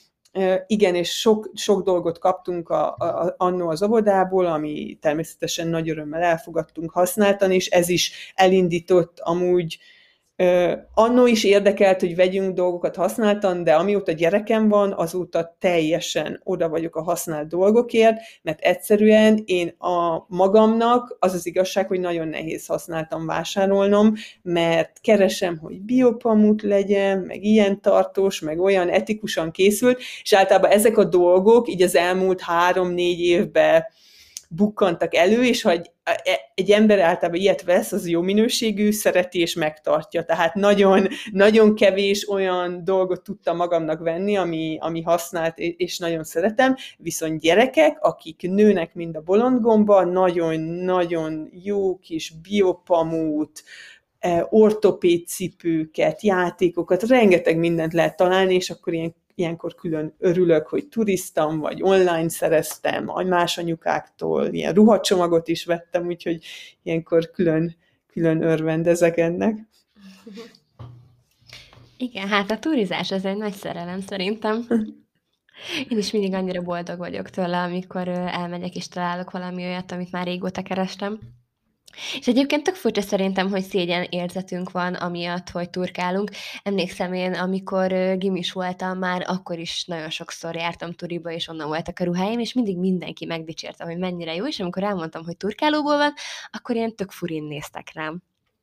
igen, és sok, sok dolgot kaptunk a, a, annó az óvodából, ami természetesen nagy örömmel elfogadtunk használtan, és ez is elindított amúgy. Uh, annó is érdekelt, hogy vegyünk dolgokat használtan, de amióta gyerekem van, azóta teljesen oda vagyok a használt dolgokért, mert egyszerűen én a magamnak az az igazság, hogy nagyon nehéz használtan vásárolnom, mert keresem, hogy biopamut legyen, meg ilyen tartós, meg olyan etikusan készült, és általában ezek a dolgok így az elmúlt három-négy évben bukkantak elő, és ha egy, egy ember általában ilyet vesz, az jó minőségű, szereti és megtartja. Tehát nagyon, nagyon kevés olyan dolgot tudtam magamnak venni, ami, ami használt, és nagyon szeretem, viszont gyerekek, akik nőnek, mind a bolondgomba, nagyon-nagyon jó kis biopamút, ortopéd cipőket, játékokat, rengeteg mindent lehet találni, és akkor ilyen, ilyenkor külön örülök, hogy turiztam, vagy online szereztem, vagy más anyukáktól, ilyen ruhacsomagot is vettem, úgyhogy ilyenkor külön, külön örvendezek ennek. Igen, hát a turizás az egy nagy szerelem szerintem. Én is mindig annyira boldog vagyok tőle, amikor elmegyek és találok valami olyat, amit már régóta kerestem. És egyébként tök furcsa szerintem, hogy szégyen érzetünk van amiatt, hogy turkálunk. Emlékszem én, amikor gimis voltam, már akkor is nagyon sokszor jártam turiba, és onnan voltak a ruháim, és mindig mindenki megdicsérte, hogy mennyire jó, és amikor elmondtam, hogy turkálóból van, akkor ilyen tök furin néztek rám.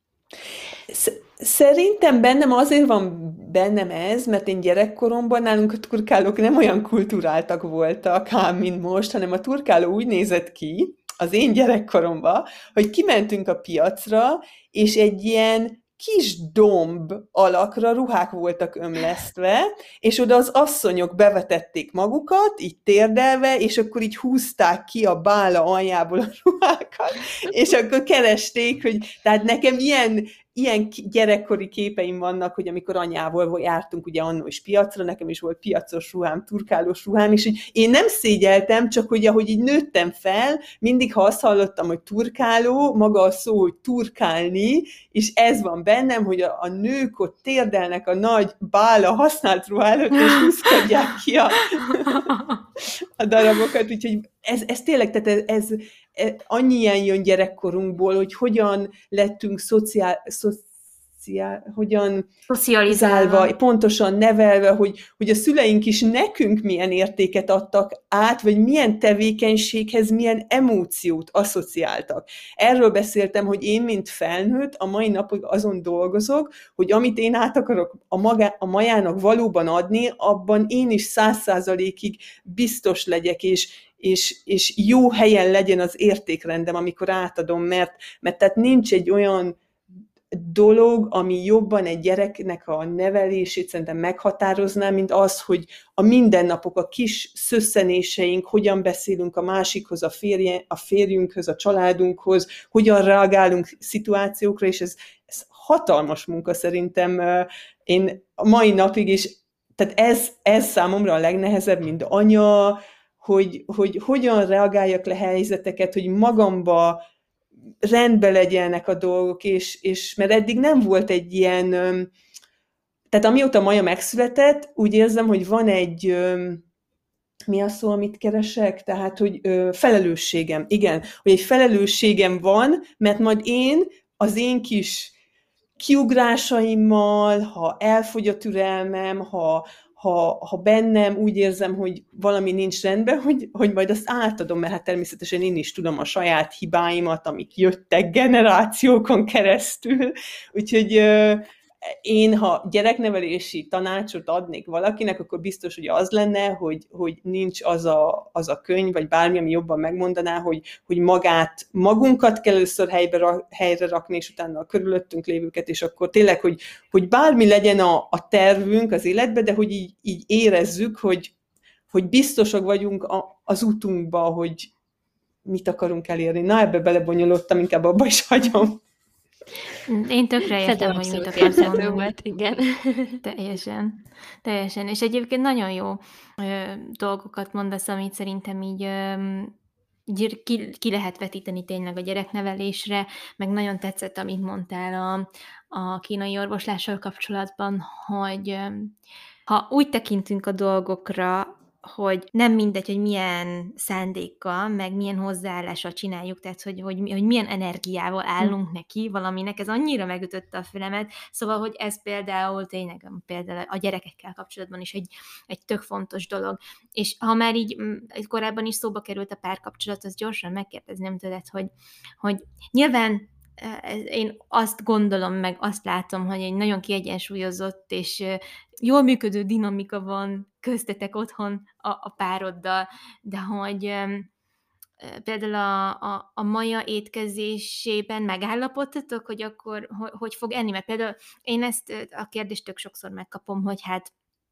Szerintem bennem azért van bennem ez, mert én gyerekkoromban nálunk a turkálók nem olyan kulturáltak voltak, ám, mint most, hanem a turkáló úgy nézett ki, az én gyerekkoromban, hogy kimentünk a piacra, és egy ilyen kis domb alakra ruhák voltak ömlesztve, és oda az asszonyok bevetették magukat, így térdelve, és akkor így húzták ki a bála aljából a ruhákat, és akkor keresték, hogy tehát nekem ilyen, ilyen gyerekkori képeim vannak, hogy amikor anyával jártunk ugye annó is piacra, nekem is volt piacos ruhám, turkálós ruhám, és hogy én nem szégyeltem, csak hogy ahogy így nőttem fel, mindig ha azt hallottam, hogy turkáló, maga a szó, hogy turkálni, és ez van bennem, hogy a, a nők ott térdelnek a nagy bála használt ruha előtt, és húzkodják ki a, a darabokat, úgyhogy ez, ez tényleg, tehát ez, ez, ez annyi ilyen jön gyerekkorunkból, hogy hogyan lettünk szociál, szociál hogyan szocializálva, pontosan nevelve, hogy, hogy a szüleink is nekünk milyen értéket adtak át, vagy milyen tevékenységhez milyen emóciót asszociáltak. Erről beszéltem, hogy én, mint felnőtt, a mai napig azon dolgozok, hogy amit én át akarok a, magá, a majának valóban adni, abban én is száz százalékig biztos legyek, és És, és jó helyen legyen az értékrendem, amikor átadom, mert, mert tehát nincs egy olyan dolog, ami jobban egy gyereknek a nevelését szerintem meghatározná, mint az, hogy a mindennapok, a kis szösszenéseink, hogyan beszélünk a másikhoz, a, férje, a férjünkhöz, a családunkhoz, hogyan reagálunk szituációkra, és ez, ez hatalmas munka szerintem. Én a mai napig is, tehát ez, ez számomra a legnehezebb, mint anya, hogy, hogy hogyan reagáljak le helyzeteket, hogy magamba rendbe legyenek a dolgok, és, és mert eddig nem volt egy ilyen, tehát amióta Maja megszületett, úgy érzem, hogy van egy, mi a szó, amit keresek? Tehát, hogy felelősségem, igen, hogy egy felelősségem van, mert majd én az én kis kiugrásaimmal, ha elfogy a türelmem, ha, Ha, ha bennem úgy érzem, hogy valami nincs rendben, hogy, hogy majd azt átadom, mert hát természetesen én is tudom a saját hibáimat, amik jöttek generációkon keresztül. Úgyhogy én, ha gyereknevelési tanácsot adnék valakinek, akkor biztos, hogy az lenne, hogy, hogy nincs az a, az a könyv, vagy bármi, ami jobban megmondaná, hogy, hogy magát, magunkat kell először helybe, helyre rakni, és utána a körülöttünk lévőket, és akkor tényleg, hogy, hogy bármi legyen a, a tervünk az életbe, de hogy így, így érezzük, hogy, hogy biztosak vagyunk a, az utunkba, hogy mit akarunk elérni. Na, ebbe belebonyolódtam, inkább abba is hagyom. Én tökre értem, hogy mit akarsz mondani. Volt, igen. Teljesen. Teljesen. És egyébként nagyon jó ö, dolgokat mondasz, amit szerintem így, ö, így ki, ki lehet vetíteni tényleg a gyereknevelésre, meg nagyon tetszett, amit mondtál a, a kínai orvoslással kapcsolatban, hogy ö, ha úgy tekintünk a dolgokra, hogy nem mindegy, hogy milyen szándékkal, meg milyen hozzáállással csináljuk, tehát hogy, hogy, hogy milyen energiával állunk neki valaminek, ez annyira megütötte a fülemet, szóval, hogy ez például tényleg például a gyerekekkel kapcsolatban is egy, egy tök fontos dolog. És ha már így korábban is szóba került a párkapcsolat, az gyorsan megkérdezném tőled, hogy, hogy nyilván én azt gondolom, meg azt látom, hogy egy nagyon kiegyensúlyozott és jól működő dinamika van köztetek otthon a, a pároddal, de hogy például a, a, a maja étkezésében megállapodtatok, hogy akkor hogy, hogy fog enni? Mert például én ezt a kérdést tök sokszor megkapom, hogy hát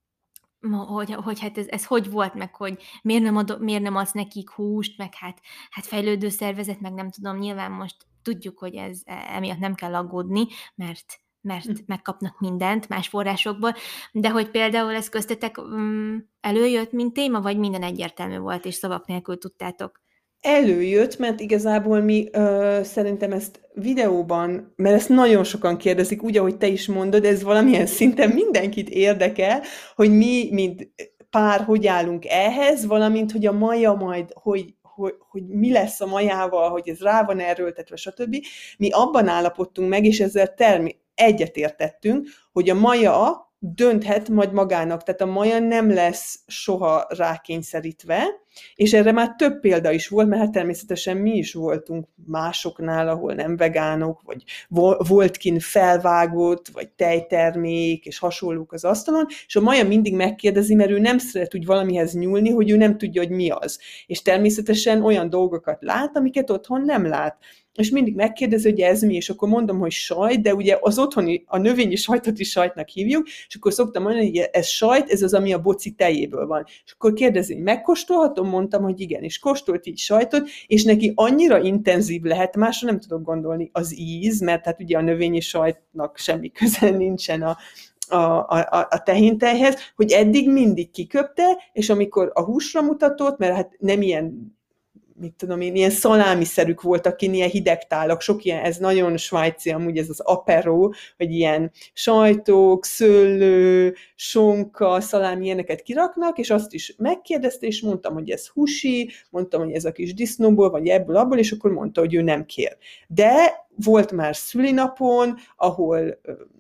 hogy, hogy hát ez, ez hogy volt, meg hogy miért nem, ad, miért nem adsz nekik húst, meg hát, hát fejlődő szervezet, meg nem tudom, nyilván most tudjuk, hogy ez emiatt nem kell aggódni, mert, mert megkapnak mindent más forrásokból, de hogy például ez köztetek um, előjött, mint téma, vagy minden egyértelmű volt, és szavak nélkül tudtátok? Előjött, mert igazából mi ö, szerintem ezt videóban, mert ezt nagyon sokan kérdezik, úgy, ahogy te is mondod, ez valamilyen szinten mindenkit érdekel, hogy mi, mint pár, hogy állunk ehhez, valamint, hogy a maja majd, hogy, hogy, hogy mi lesz a majával, hogy ez rá van erőltetve, stb. Mi abban állapodtunk meg, és ezzel termi- egyetértettünk, hogy a maja dönthet majd magának, tehát a maja nem lesz soha rákényszerítve, és erre már több példa is volt, mert hát természetesen mi is voltunk másoknál, ahol nem vegánok, vagy volt kint felvágott, vagy tejtermék, és hasonlók az asztalon, és a maja mindig megkérdezi, mert ő nem szeret úgy valamihez nyúlni, hogy ő nem tudja, hogy mi az. És természetesen olyan dolgokat lát, amiket otthon nem lát. És mindig megkérdezi, hogy ez mi, és akkor mondom, hogy sajt, de ugye az otthoni, a növényi sajtot is sajtnak hívjuk, és akkor szoktam mondani, hogy ez sajt, ez az, ami a boci tejéből van. És akkor kérdezi, hogy megkóstolhatom, mondtam, hogy igen, és kóstolt így sajtot, és neki annyira intenzív lehet, másra nem tudok gondolni, az íz, mert hát ugye a növényi sajtnak semmi köze nincsen a, a, a, a tehéntejhez, hogy eddig mindig kiköpte, és amikor a húsra mutatott, mert hát nem ilyen mit tudom én, ilyen szalámiszerűk voltak ki, ilyen hidegtálak, sok ilyen, ez nagyon svájci, amúgy ez az apero, hogy ilyen sajtok, szőlő, sonka, szalámi, ilyeneket kiraknak, és azt is megkérdezte, és mondtam, hogy ez húsi, mondtam, hogy ez a kis disznóból, vagy ebből, abból, és akkor mondta, hogy ő nem kér. De volt már szülinapon, ahol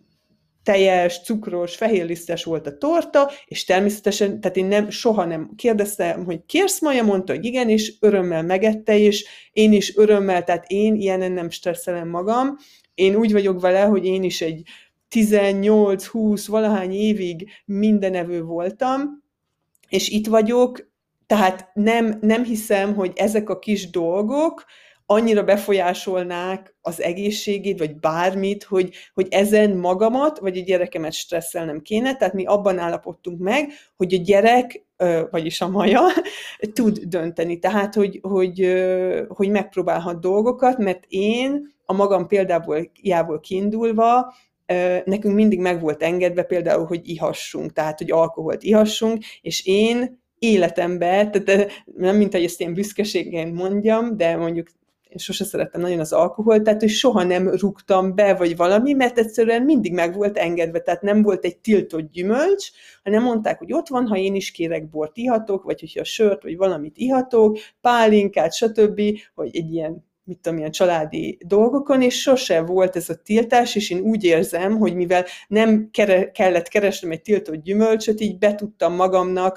teljes, cukros, fehérlisztes volt a torta, és természetesen, tehát én nem, soha nem kérdeztem, hogy kérsz maja, mondta, hogy igen, és örömmel megette, és én is örömmel, tehát én ilyenen nem stresszelem magam. Én úgy vagyok vele, hogy én is egy tizennyolc-húsz valahány évig mindenevő voltam, és itt vagyok, tehát nem, nem hiszem, hogy ezek a kis dolgok annyira befolyásolnák az egészségét, vagy bármit, hogy, hogy ezen magamat, vagy a gyerekemet stresszelnem kéne, tehát mi abban állapodtunk meg, hogy a gyerek, vagyis a maja tud dönteni, tehát hogy, hogy, hogy megpróbálhat dolgokat, mert én a magam példából jából kiindulva, nekünk mindig meg volt engedve például, hogy ihassunk, tehát hogy alkoholt ihassunk, és én életemben, tehát nem mint, hogy ezt ilyen büszkeséggel mondjam, de mondjuk én sose szerettem nagyon az alkoholt, tehát hogy soha nem rúgtam be, vagy valami, mert egyszerűen mindig meg volt engedve, tehát nem volt egy tiltott gyümölcs, hanem mondták, hogy ott van, ha én is kérek bort, ihatok, vagy hogyha sört, vagy valamit ihatok, pálinkát, stb., hogy egy ilyen, mit tudom, ilyen családi dolgokon, és sose volt ez a tiltás, és én úgy érzem, hogy mivel nem kere, kellett keresnem egy tiltott gyümölcsöt, így be tudtam magamnak,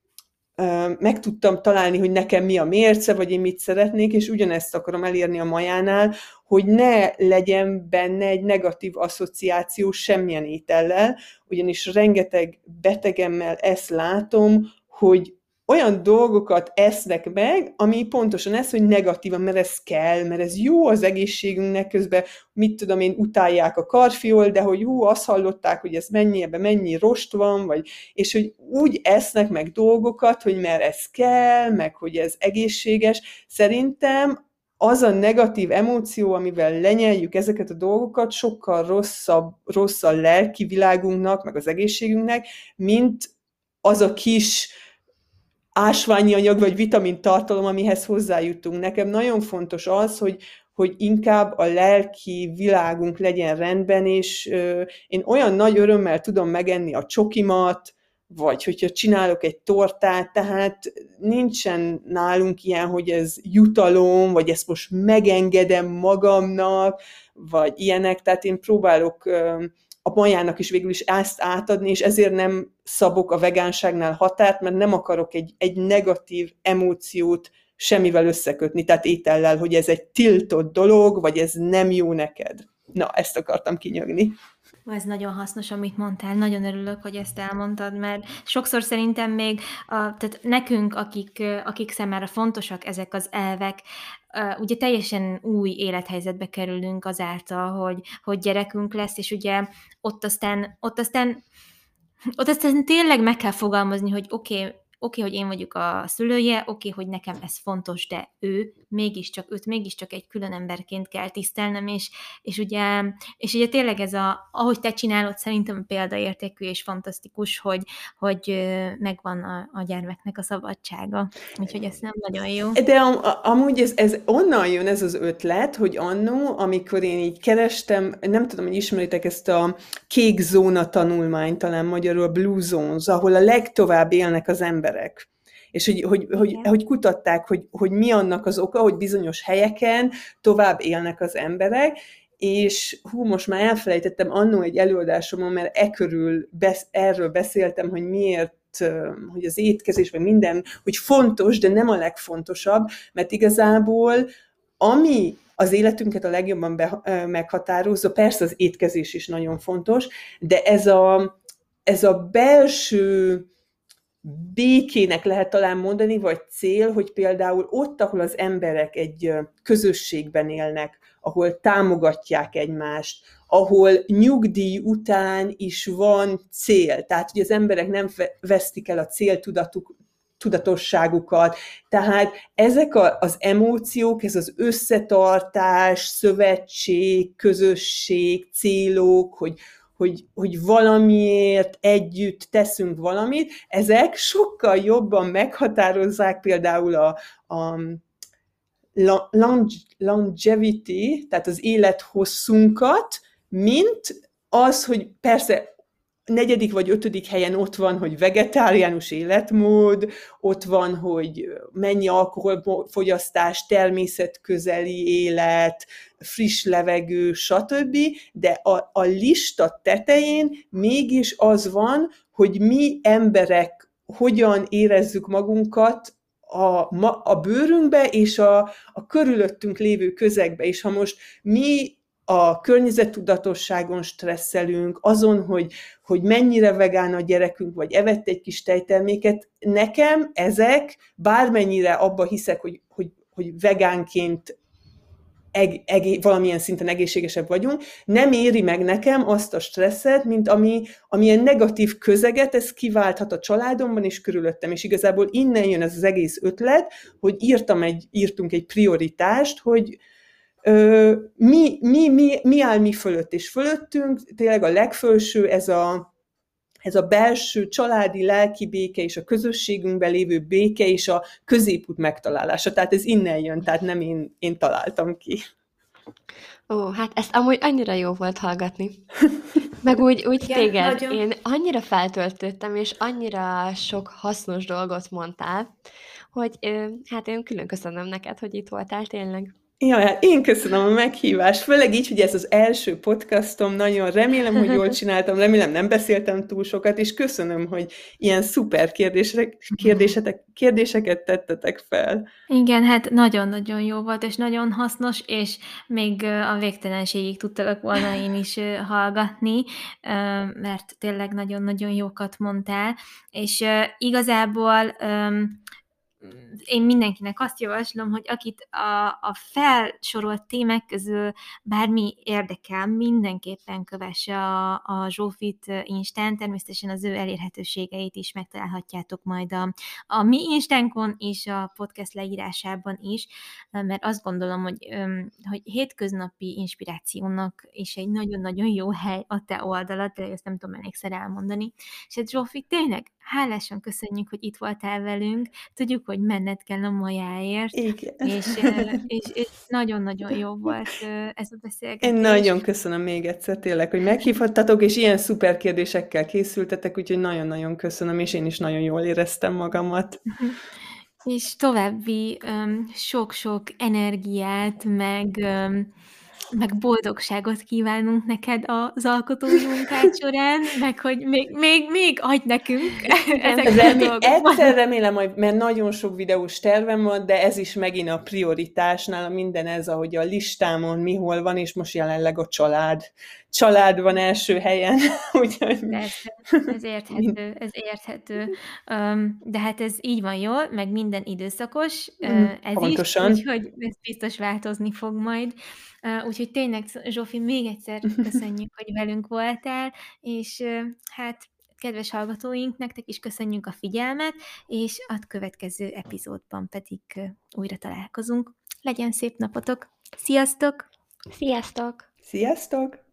meg tudtam találni, hogy nekem mi a mérce, vagy én mit szeretnék, és ugyanezt akarom elérni a majánál, hogy ne legyen benne egy negatív asszociáció semmilyen étellel, ugyanis rengeteg betegemmel ezt látom, hogy olyan dolgokat esznek meg, ami pontosan ez, hogy negatívan, mert ez kell, mert ez jó az egészségünknek, közben mit tudom én, utálják a karfiol, de hogy hú, azt hallották, hogy ez mennyi, ebben mennyi rost van, vagy, és hogy úgy esznek meg dolgokat, hogy mert ez kell, meg hogy ez egészséges. Szerintem az a negatív emóció, amivel lenyeljük ezeket a dolgokat, sokkal rosszabb, rossz a lelki világunknak, meg az egészségünknek, mint az a kis ásványi anyag vagy vitamin tartalom, amihez hozzájutunk. Nekem nagyon fontos az, hogy, hogy inkább a lelki világunk legyen rendben, és ö, én olyan nagy örömmel tudom megenni a csokimat, vagy hogyha csinálok egy tortát, tehát nincsen nálunk ilyen, hogy ez jutalom, vagy ezt most megengedem magamnak, vagy ilyenek, tehát én próbálok ö, a majának is végül is ezt átadni, és ezért nem szabok a vegánságnál határt, mert nem akarok egy, egy negatív emóciót semmivel összekötni, tehát étellel, hogy ez egy tiltott dolog, vagy ez nem jó neked. Na, ezt akartam kinyögni. Ez nagyon hasznos, amit mondtál. Nagyon örülök, hogy ezt elmondtad, mert sokszor szerintem még a, tehát nekünk, akik, akik számára fontosak ezek az elvek, ugye teljesen új élethelyzetbe kerülünk azáltal, hogy, hogy gyerekünk lesz, és ugye ott aztán, ott aztán, ott aztán tényleg meg kell fogalmazni, hogy oké, okay, oké, okay, hogy én vagyok a szülője, oké, okay, hogy nekem ez fontos, de ő mégiscsak, őt mégiscsak egy külön emberként kell tisztelnem, és, és, ugye, és ugye tényleg ez a, ahogy te csinálod, szerintem példaértékű és fantasztikus, hogy, hogy megvan a, a gyermeknek a szabadsága. Úgyhogy ez nem nagyon jó. De am, amúgy ez, ez onnan jön ez az ötlet, hogy annó, amikor én így kerestem, nem tudom, hogy ismeritek ezt a kék zóna tanulmányt, talán magyarul a Blue Zones, ahol a legtovább élnek az emberek. És hogy, hogy, hogy, hogy kutatták, hogy, hogy mi annak az oka, hogy bizonyos helyeken tovább élnek az emberek, és hú, most már elfelejtettem annó egy előadásomon, mert e körül besz, erről beszéltem, hogy miért, hogy az étkezés, vagy minden, hogy fontos, de nem a legfontosabb, mert igazából ami az életünket a legjobban be, meghatározza, persze az étkezés is nagyon fontos, de ez a, ez a belső békének lehet talán mondani, vagy cél, hogy például ott, ahol az emberek egy közösségben élnek, ahol támogatják egymást, ahol nyugdíj után is van cél, tehát hogy az emberek nem vesztik el a céltudatuk, tudatosságukat. Tehát ezek a, az emóciók, ez az összetartás, szövetség, közösség, célok, hogy Hogy, hogy valamiért együtt teszünk valamit, ezek sokkal jobban meghatározzák például a, a longevity, tehát az élethosszunkat, mint az, hogy persze negyedik vagy ötödik helyen ott van, hogy vegetáriánus életmód, ott van, hogy mennyi alkoholfogyasztás, természetközeli élet, friss levegő, stb. De a, a lista tetején mégis az van, hogy mi emberek hogyan érezzük magunkat a, a bőrünkbe és a, a körülöttünk lévő közegbe. És ha most mi a környezettudatosságon stresszelünk, azon, hogy, hogy mennyire vegán a gyerekünk, vagy evett egy kis tejterméket, nekem ezek, bármennyire abba hiszek, hogy, hogy, hogy vegánként eg, eg, valamilyen szinten egészségesebb vagyunk, nem éri meg nekem azt a stresszet, mint ami, amilyen negatív közeget ez kiválthat a családomban és körülöttem. És igazából innen jön ez az egész ötlet, hogy írtam egy, írtunk egy prioritást, hogy Mi, mi, mi, mi áll mi fölött, és fölöttünk tényleg a legfölső, ez a, ez a belső családi lelki béke, és a közösségünkben lévő béke, és a középút megtalálása. Tehát ez innen jön, tehát nem én, én találtam ki. Ó, hát ezt amúgy annyira jó volt hallgatni. Meg úgy, úgy ja, téged, nagyon. Én annyira feltöltöttem, és annyira sok hasznos dolgot mondtál, hogy hát én külön köszönöm neked, hogy itt voltál tényleg. Ja, hát én köszönöm a meghívást, főleg így, hogy ez az első podcastom, nagyon remélem, hogy jól csináltam, remélem nem beszéltem túl sokat, és köszönöm, hogy ilyen szuper kérdések, kérdésetek, kérdéseket tettetek fel. Igen, hát nagyon-nagyon jó volt, és nagyon hasznos, és még a végtelenségig tudtalak volna én is hallgatni, mert tényleg nagyon-nagyon jókat mondtál, és igazából én mindenkinek azt javaslom, hogy akit a, a felsorolt témák közül bármi érdekel, mindenképpen kövesse a, a Zsófit Instán, természetesen az ő elérhetőségeit is megtalálhatjátok majd a, a mi Instánkon és a podcast leírásában is, mert azt gondolom, hogy, hogy hétköznapi inspirációnak is egy nagyon-nagyon jó hely a te oldalad, de ezt nem tudom elégszer elmondani. És hát Zsófi, tényleg hálásan köszönjük, hogy itt voltál velünk, tudjuk, hogy menned kell a majáért, és, és, és nagyon-nagyon jó volt ez a beszélgetés. Én nagyon köszönöm még egyszer tényleg, hogy meghívhattatok, és ilyen szuper kérdésekkel készültetek, úgyhogy nagyon-nagyon köszönöm, és én is nagyon jól éreztem magamat. És további um, sok-sok energiát, meg... Um, meg boldogságot kívánunk neked az alkotói munkád során, meg hogy még, még, még adj nekünk ezeket a Egyszer remélem, hogy, mert nagyon sok videós tervem van, de ez is megint a prioritásnál, minden ez, ahogy a listámon mi hol van, és most jelenleg a család, család van első helyen. Úgyhogy... Persze, ez érthető, ez érthető. Um, de hát ez így van jól, meg minden időszakos, uh, ez Pontosan. is, úgyhogy ez biztos változni fog majd. Uh, úgyhogy tényleg, Zsófi, még egyszer köszönjük, hogy velünk voltál, és uh, hát kedves hallgatóink, nektek is köszönjük a figyelmet, és a következő epizódban pedig uh, újra találkozunk. Legyen szép napotok! Sziasztok! Sziasztok! Sziasztok!